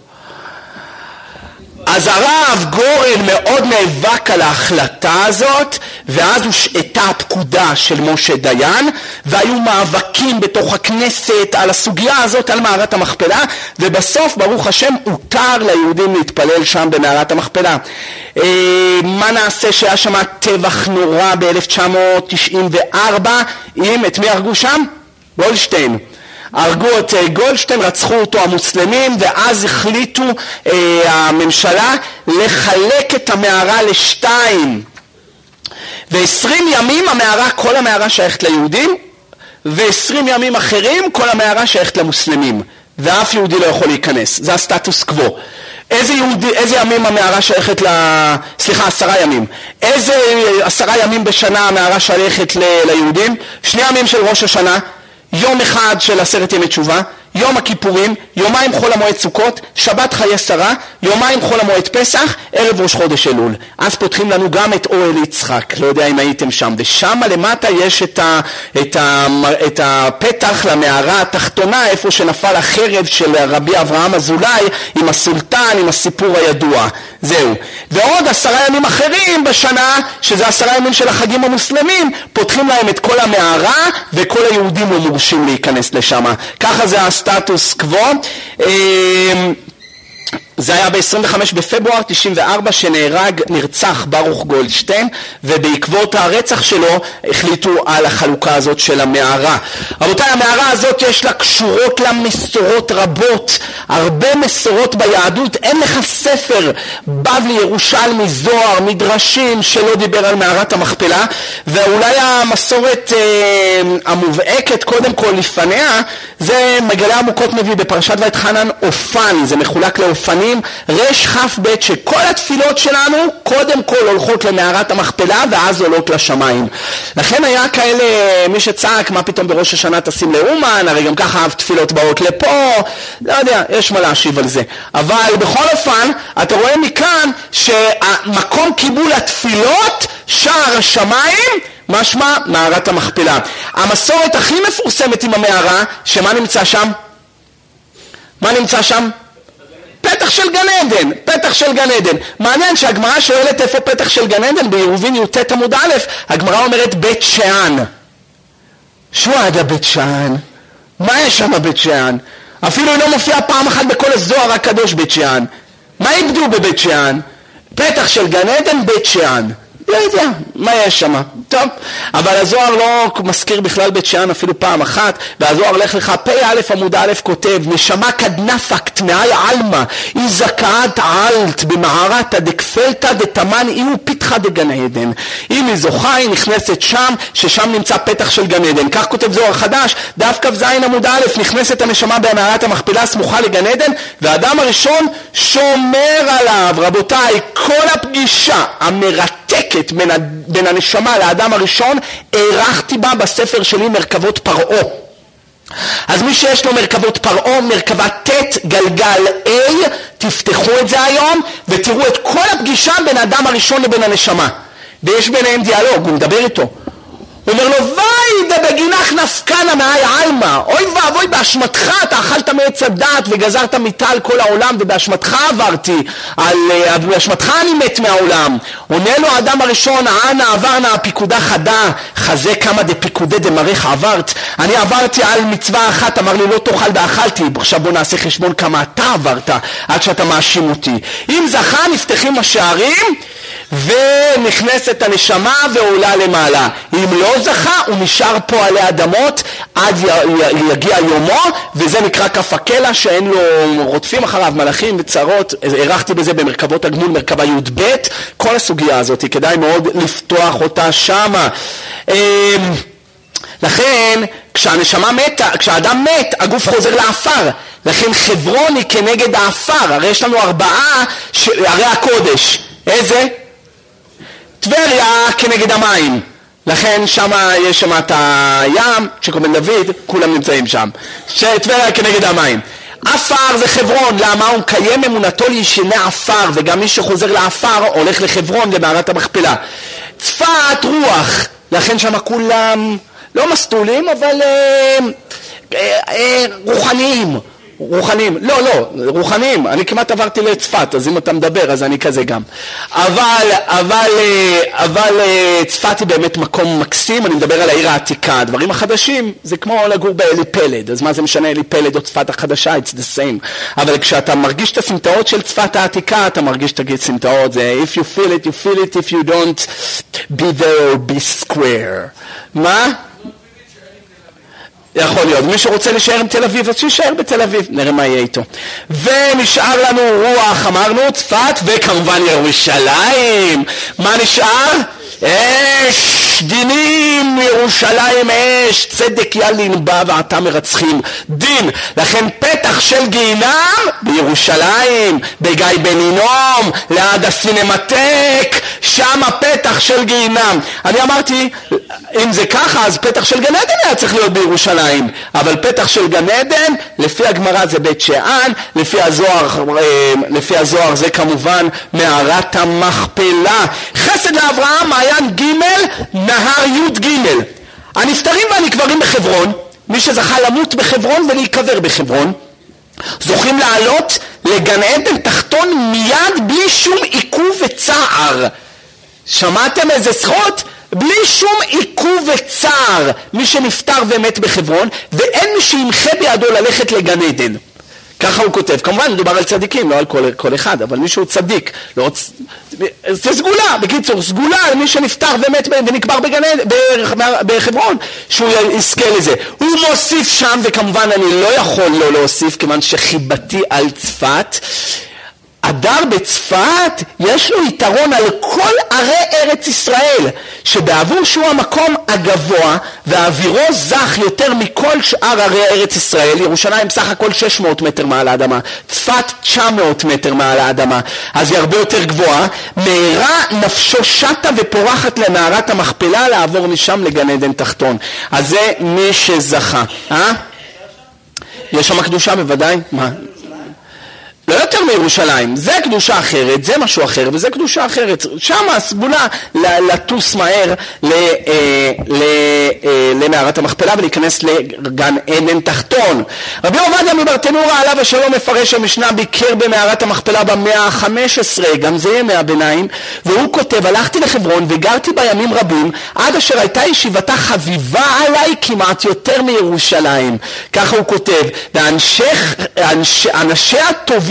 אז הרב גורן מאוד נאבק על ההחלטה הזאת, ואז הושעתה הפקודה של משה דיין, והיו מאבקים בתוך הכנסת על הסוגיה הזאת, על מערת המכפלה, ובסוף ברוך השם הותר ליהודים להתפלל שם במערת המכפלה. מה נעשה שהיה שם טבח נורא ב-אלף תשע מאות תשעים וארבע, עם את מי הרגו שם? גולדשטיין. הרגו את גולדשטיין, רצחו אותו המוסלמים, ואז החליטו אה, הממשלה לחלק את המערה לשתיים. ועשרים ימים המערה, כל המערה שייכת ליהודים, ועשרים ימים אחרים כל המערה שייכת למוסלמים. ואף יהודי לא יכול להיכנס. זה הסטטוס קוו. איזה, יהודי, איזה ימים המערה שייכת ל... סליחה, עשרה ימים. איזה עשרה ימים בשנה המערה שייכת ל... ליהודים? שני ימים של ראש השנה. יום אחד של עשרת ימי תשובה, יום הכיפורים, יומיים חול המועד סוכות, שבת חיי שרה, יומיים חול המועד פסח, ערב ראש חודש אלול. אז פותחים לנו גם את אוהל יצחק, לא יודע אם הייתם שם, ושם למטה יש את, ה, את, ה, את הפתח למערה התחתונה, איפה שנפל החרב של רבי אברהם אזולאי, עם הסולטן, עם הסיפור הידוע. זהו. ועוד עשרה ימים אחרים בשנה, שזה עשרה ימים של החגים המוסלמים, פותחים להם את כל המערה, וכל היהודים לא מורשים להיכנס לשם. ככה זה הסטטוס קוו. זה היה ב-עשרים וחמישה בפברואר תשעים וארבע שנהרג, נרצח ברוך גולדשטיין, ובעקבות הרצח שלו החליטו על החלוקה הזאת של המערה. רבותיי, המערה הזאת יש לה קשורות לה מסורות רבות, הרבה מסורות ביהדות. אין לך ספר בבלי, ירושלמי, זוהר, מדרשים שלא דיבר על מערת המכפלה, ואולי המסורת אה, המובהקת קודם כל לפניה זה מגלה עמוקות מביא בפרשת ואתחנן אופן, זה מחולק לאופנים רש חף בית, שכל התפילות שלנו קודם כל הולכות למערת המכפלה ואז עולות לשמיים. לכן היה כאלה מי שצעק מה פתאום בראש השנה תשים לאומן, הרי גם ככה תפילות באות לפה, לא יודע, יש מה להשיב על זה. אבל בכל אופן אתה רואה מכאן שמקום קיבול התפילות שער השמיים משמע מערת המכפלה. המסורת הכי מפורסמת עם המערה, שמה נמצא שם? מה נמצא שם? פתח של גן עדן, פתח של גן עדן. מעניין שהגמרא שואלת איפה פתח של גן עדן, בירובין י"ט עמוד א', הגמרא אומרת בית שאן. שועדה בית שאן. מה יש שם בית שאן? אפילו לא מופיע פעם אחת בכל הזוהר הקדוש בית שאן. מה איבדו בבית שאן? פתח של גן עדן בית שאן. לא יודע מה יש שם, טוב, אבל הזוהר לא מזכיר בכלל בית שאן אפילו פעם אחת, והזוהר הולך לך, פי א' עמוד א' כותב, נשמה כדנפק תמאי עלמא, אי זכאת עלת במערתא דקפלתא דתמן איהו פיתחא דגן עדן. אם היא זוכה, היא נכנסת שם, ששם נמצא פתח של גן עדן. כך כותב זוהר חדש, דף כ"ז עמוד א', נכנסת הנשמה במערת המכפלה סמוכה לגן עדן, והאדם הראשון שומר עליו. רבותיי, כל הפגישה המרתקת בין, בין הנשמה לאדם הראשון, הערכתי בה בספר שלי מרכבות פרעה. אז מי שיש לו מרכבות פרעה, מרכבה ט' גלגל A, תפתחו את זה היום ותראו את כל הפגישה בין האדם הראשון לבין הנשמה, ויש ביניהם דיאלוג. הוא מדבר איתו, הוא אומר לו, וואי דבגינך נפקנה מאי עלמא, אוי ואבוי באשמתך אתה אכלת מעץ הדת וגזרת מיתה על כל העולם, ובאשמתך עברתי, על, באשמתך אני מת מהעולם. עונה לו האדם הראשון, אנה עברנה פיקודה חדה, חזה כמה דפיקודי דמריך עברת. אני עברתי על מצווה אחת, אמר לי לא תאכל ואכלתי, עכשיו בוא נעשה חשבון כמה אתה עברת עד שאתה מאשים אותי. אם זכה נפתחים השערים ונכנסת הנשמה ועולה למעלה, אם לא זכה הוא נשאר פה עלי אדמות עד יגיע יומו, וזה נקרא כף הקלע, שאין לו רודפים אחריו מלאכים וצרות. ערכתי בזה במרכבות הגמול מרכבה י' ב', כל הסוגיה הזאת כדאי מאוד לפתוח אותה שמה. לכן כשהנשמה מתה, כשהאדם מת הגוף חוזר לאפר, לכן חברון היא כנגד האפר. הרי יש לנו ארבעה ש... הרי הקודש, איזה? טבריה כנגד המים, לכן שם יש שם את הים, שקוראים דוד, כולם נמצאים שם. טבריה כנגד המים. אפר זה חברון, למה? הוא קיים אמונתו לישני אפר, וגם מי שחוזר לאפר הולך לחברון, למערת המכפלה. צפת רוח, לכן שם כולם לא מסטולים, אבל אה, אה, אה, רוחניים. רוחניים, לא, לא, רוחניים, אני כמעט עברתי לצפת, אז אם אתה מדבר, אז אני כזה גם. אבל, אבל, אבל צפת היא באמת מקום מקסים, אני מדבר על העיר העתיקה, הדברים החדשים, זה כמו לגור באלי פלד, אז מה זה משנה אלי פלד או צפת החדשה, it's the same. אבל כשאתה מרגיש את הסמטאות של צפת העתיקה, אתה מרגיש את הסמטאות, זה if you feel it, you feel it, if you don't, be there or be square. מה? יכול להיות, מי שרוצה להישאר עם תל אביב, אז שישאר בתל אביב, נראה מה יהיה איתו. ונשאר לנו רוח, אמרנו, צפת, וכמובן ירושלים. מה נשאר? אש, דינים, ירושלים אש, צדק ילין בה ואתה מרצחים דין. לכן פתח של גיהינם בירושלים, בגיא בן הינום, ליד הסינמטק, שם הפתח של גיהינם. אני אמרתי, אם זה ככה, אז פתח של גן עדן היה צריך להיות בירושלים, אבל פתח של גן עדן, לפי הגמרא זה בית שאן, לפי הזוהר, לפי הזוהר זה כמובן מערת המכפלה. חסד לאברהם, מעיין ג' נהר י' ג'. הנפטרים והנקברים בחברון, מי שזכה למות בחברון ולהיקבר בחברון, זוכים לעלות לגן עדן תחתון מיד בלי שום עיכוב וצער. שמעתם איזה זכות? בלי שום עיכוב וצער, מי שנפטר ומת בחברון, ואין מי שימחה בידו ללכת לגן עדן. ככה הוא כותב. כמובן מדובר על צדיקים, לא על כל, כל אחד, אבל מישהו צדיק. לא, זה סגולה, בקיצור, סגולה על מי שנפטר ומת ונקבר בגן עדן, בחברון, שהוא יזכה לזה. הוא מוסיף שם, וכמובן אני לא יכול לא להוסיף, כיוון שחיבתי על צפת, הדר בצפת יש לו יתרון על כל ערי ארץ ישראל, שבעבור שהוא המקום הגבוה והאווירו זך יותר מכל שאר ערי ארץ ישראל. ירושלים בסך הכל שש מאות מטר מעל האדמה, צפת תשע מאות מטר מעל האדמה, אז היא הרבה יותר גבוהה. מהרה נפשו שטה ופורחת למערת המכפלה, לעבור משם לגן עדן תחתון. אז זה מי שזכה. אה? יש שם קדושה בוודאי? מה? לא יותר מירושלים, זה קדושה אחרת, זה משהו אחר, וזה קדושה אחרת. שם הסגולה לטוס מהר למערת המכפלה ולהיכנס לגן עדן תחתון. רבי עובדיה מברטנורה עליו השלום מפרש המשנה, ביקר במערת המכפלה במאה ה-חמש עשרה, גם זה ימי הביניים, והוא כותב, הלכתי לחברון וגרתי בימים רבים, עד אשר הייתה ישיבתה חביבה עליי כמעט יותר מירושלים. ככה הוא כותב, ואנשיה הטובים מאוד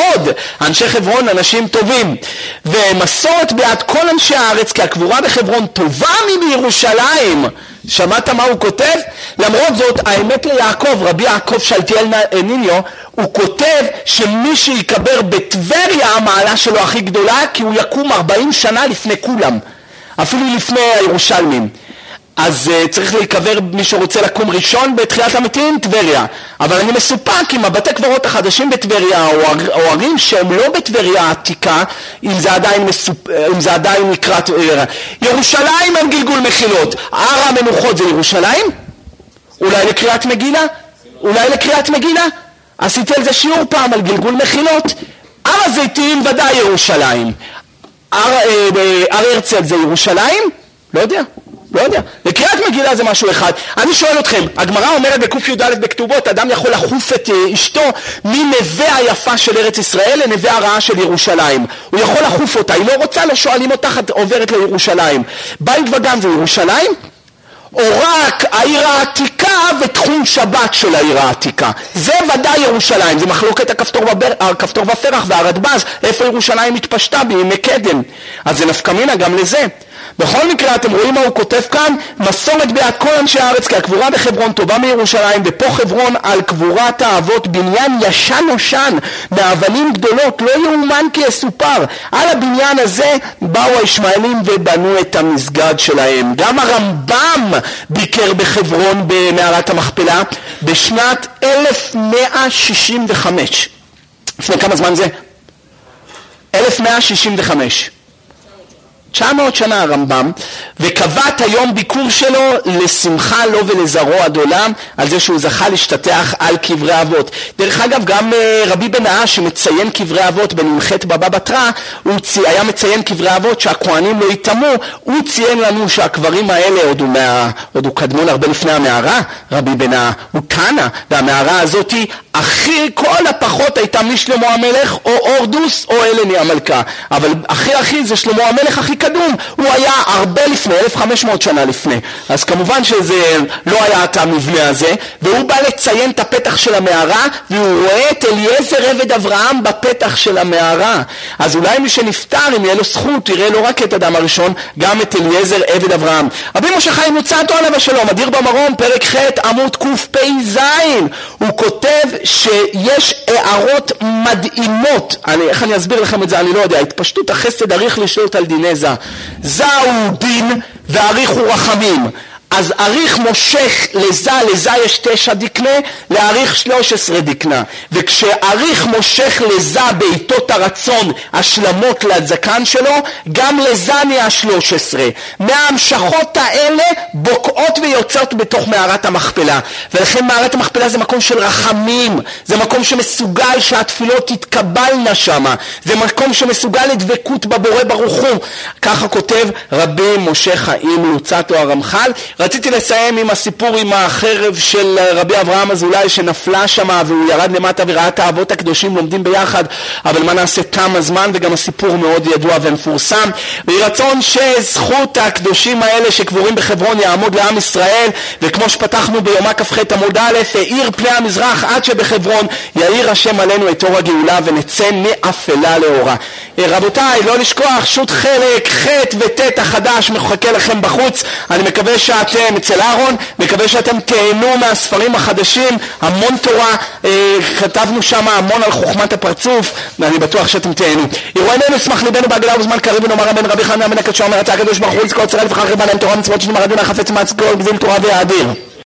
מאוד. אנשי חברון אנשים טובים. ומסורת בעד כל אנשי הארץ, כי הקבורה בחברון טובה מבירושלים. שמעת מה הוא כותב? למרות זאת, האמת ליעקב, רבי יעקב שלטיאל ניניו, הוא כותב שמי שיקבר בטבריה, המעלה שלו הכי גדולה, כי הוא יקום ארבעים שנה לפני כולם. אפילו לפני הירושלמים. אז uh, צריך להיקבר מי שרוצה לקום ראשון בתחילת המתים, טבריה. אבל אני מסופק עם הבתי קברות החדשים בטבריה, או, או ערים שהם לא בטבריה העתיקה, אם זה עדיין, מסופ... אם זה עדיין נקרא טבריה. ירושלים הם גלגול מחילות. הר המנוחות זה ירושלים? אולי לקריאת מגילה? אולי לקריאת מגילה? עשיתי על זה שיעור פעם על גלגול מחילות. הר הזיתים ודאי ירושלים. הר, אה, הר הרצל זה ירושלים? לא יודע. לא יודע. לקריאת מגילה זה משהו אחד. אני שואל אתכם, הגמרא אומרת בקוף י"א בכתובות, אדם יכול לחוף את אשתו מנווה היפה של ארץ ישראל לנווה הרעה של ירושלים. הוא יכול לחוף אותה, היא לא רוצה, לא שואלים אותה, עוברת לירושלים. בית וגן זה ירושלים? או רק העיר העתיקה ותחום שבת של העיר העתיקה? זה ודאי ירושלים, זה מחלוקת הכפתור, ובר... הכפתור ופרח והרדב"ז, איפה ירושלים התפשטה בימי קדם. אז זה נפקא מינה גם לזה. בכל מקרה אתם רואים מה הוא כותב כאן, מסורת בעד כל אנשי הארץ, כי הקבורה בחברון טובה מירושלים, ופה חברון על קבורת האבות, בניין ישן נושן, מאבנים גדולות, לא יאומן כי יסופר. על הבניין הזה באו הישמעאלים ובנו את המסגד שלהם. גם הרמב"ם ביקר בחברון במערת המכפלה בשנת אלף מאה שישים וחמש. לפני כמה זמן זה? אלף מאה שישים וחמש. תשע מאות שנה הרמב"ם, וקבע את היום ביקור שלו לשמחה לו ולזרעו עד עולם, על זה שהוא זכה להשתטח על קברי אבות. דרך אגב, גם רבי בנאה שמציין קברי אבות בנ"ח בבא בתרא, הוא היה מציין קברי אבות שהכהנים לא יתאמו, הוא ציין לנו שהקברים האלה עוד הוא, מה... עוד הוא קדמון הרבה לפני המערה, רבי בנאה, הוא קנה, והמערה הזאת היא הכי כל הפחות הייתה משלמה המלך או אורדוס או אלני המלכה, אבל הכי הכי זה שלמה המלך הכי קדום, הוא היה הרבה לפני, אלף וחמש מאות שנה לפני, אז כמובן שזה לא היה את המבנה הזה, והוא בא לציין את הפתח של המערה, והוא רואה את אליעזר עבד אברהם בפתח של המערה. אז אולי מי שנפטר, אם יהיה לו זכות, יראה לא רק את אדם הראשון, גם את אליעזר עבד אברהם. רבי משה חיים לוצאטו עליו השלום, אדיר במרום, פרק ח' עמוד קפ"ז, הוא כותב שיש הערות מדהימות, אני, איך אני אסביר לכם את זה, אני לא יודע, התפשטות החסד אריך לשלוט על דיני זה. זהו דין ואריך הוא רחמים. אז אריך מושך לזה, לזה יש תשע דקנה, לאריך שלוש עשרה דקנה. וכשאריך מושך לזה בעיתות הרצון השלמות לזקן שלו, גם לזה נהיה שלוש עשרה. מההמשכות האלה בוקעות ויוצאות בתוך מערת המכפלה. ולכן מערת המכפלה זה מקום של רחמים, זה מקום שמסוגל שהתפילות תתקבלנה שמה, זה מקום שמסוגל לדבקות בבורא ברוך הוא. ככה כותב רבי משה חיים לוצאטו הרמח"ל. רציתי לסיים עם הסיפור עם החרב של רבי אברהם אזולאי שנפלה שמה והוא ירד למטה וראה את האבות הקדושים לומדים ביחד, אבל מה נעשה, תם הזמן, וגם הסיפור מאוד ידוע ומפורסם. ויהי רצון שזכות הקדושים האלה שקבורים בחברון יעמוד לעם ישראל, וכמו שפתחנו ביומה כ"ח עמוד א', האיר פני המזרח עד שבחברון יאיר השם עלינו את אור הגאולה ונצא מאפלה לאורה. רבותיי, לא לשכוח, שו"ת חלק ח' וט' החדש מחכה לכם בחוץ. אני מקווה שאתם אצל אהרון, מקווה שאתם תהנו מהספרים החדשים, המון תורה, אה, כתבנו שם המון על חוכמת הפרצוף, ואני בטוח שאתם תהנו. ירואינו נשמח ליבנו בעגלה ובזמן קריב ונאמר אמן. רבי חנינא בן הקדוש אומר רצה הקדוש ברוך הוא לזכור ישראל וכך ריבן להם תורה מצוות שנאמר הדין החפץ מעץ כל גזיל תורה והאדיר.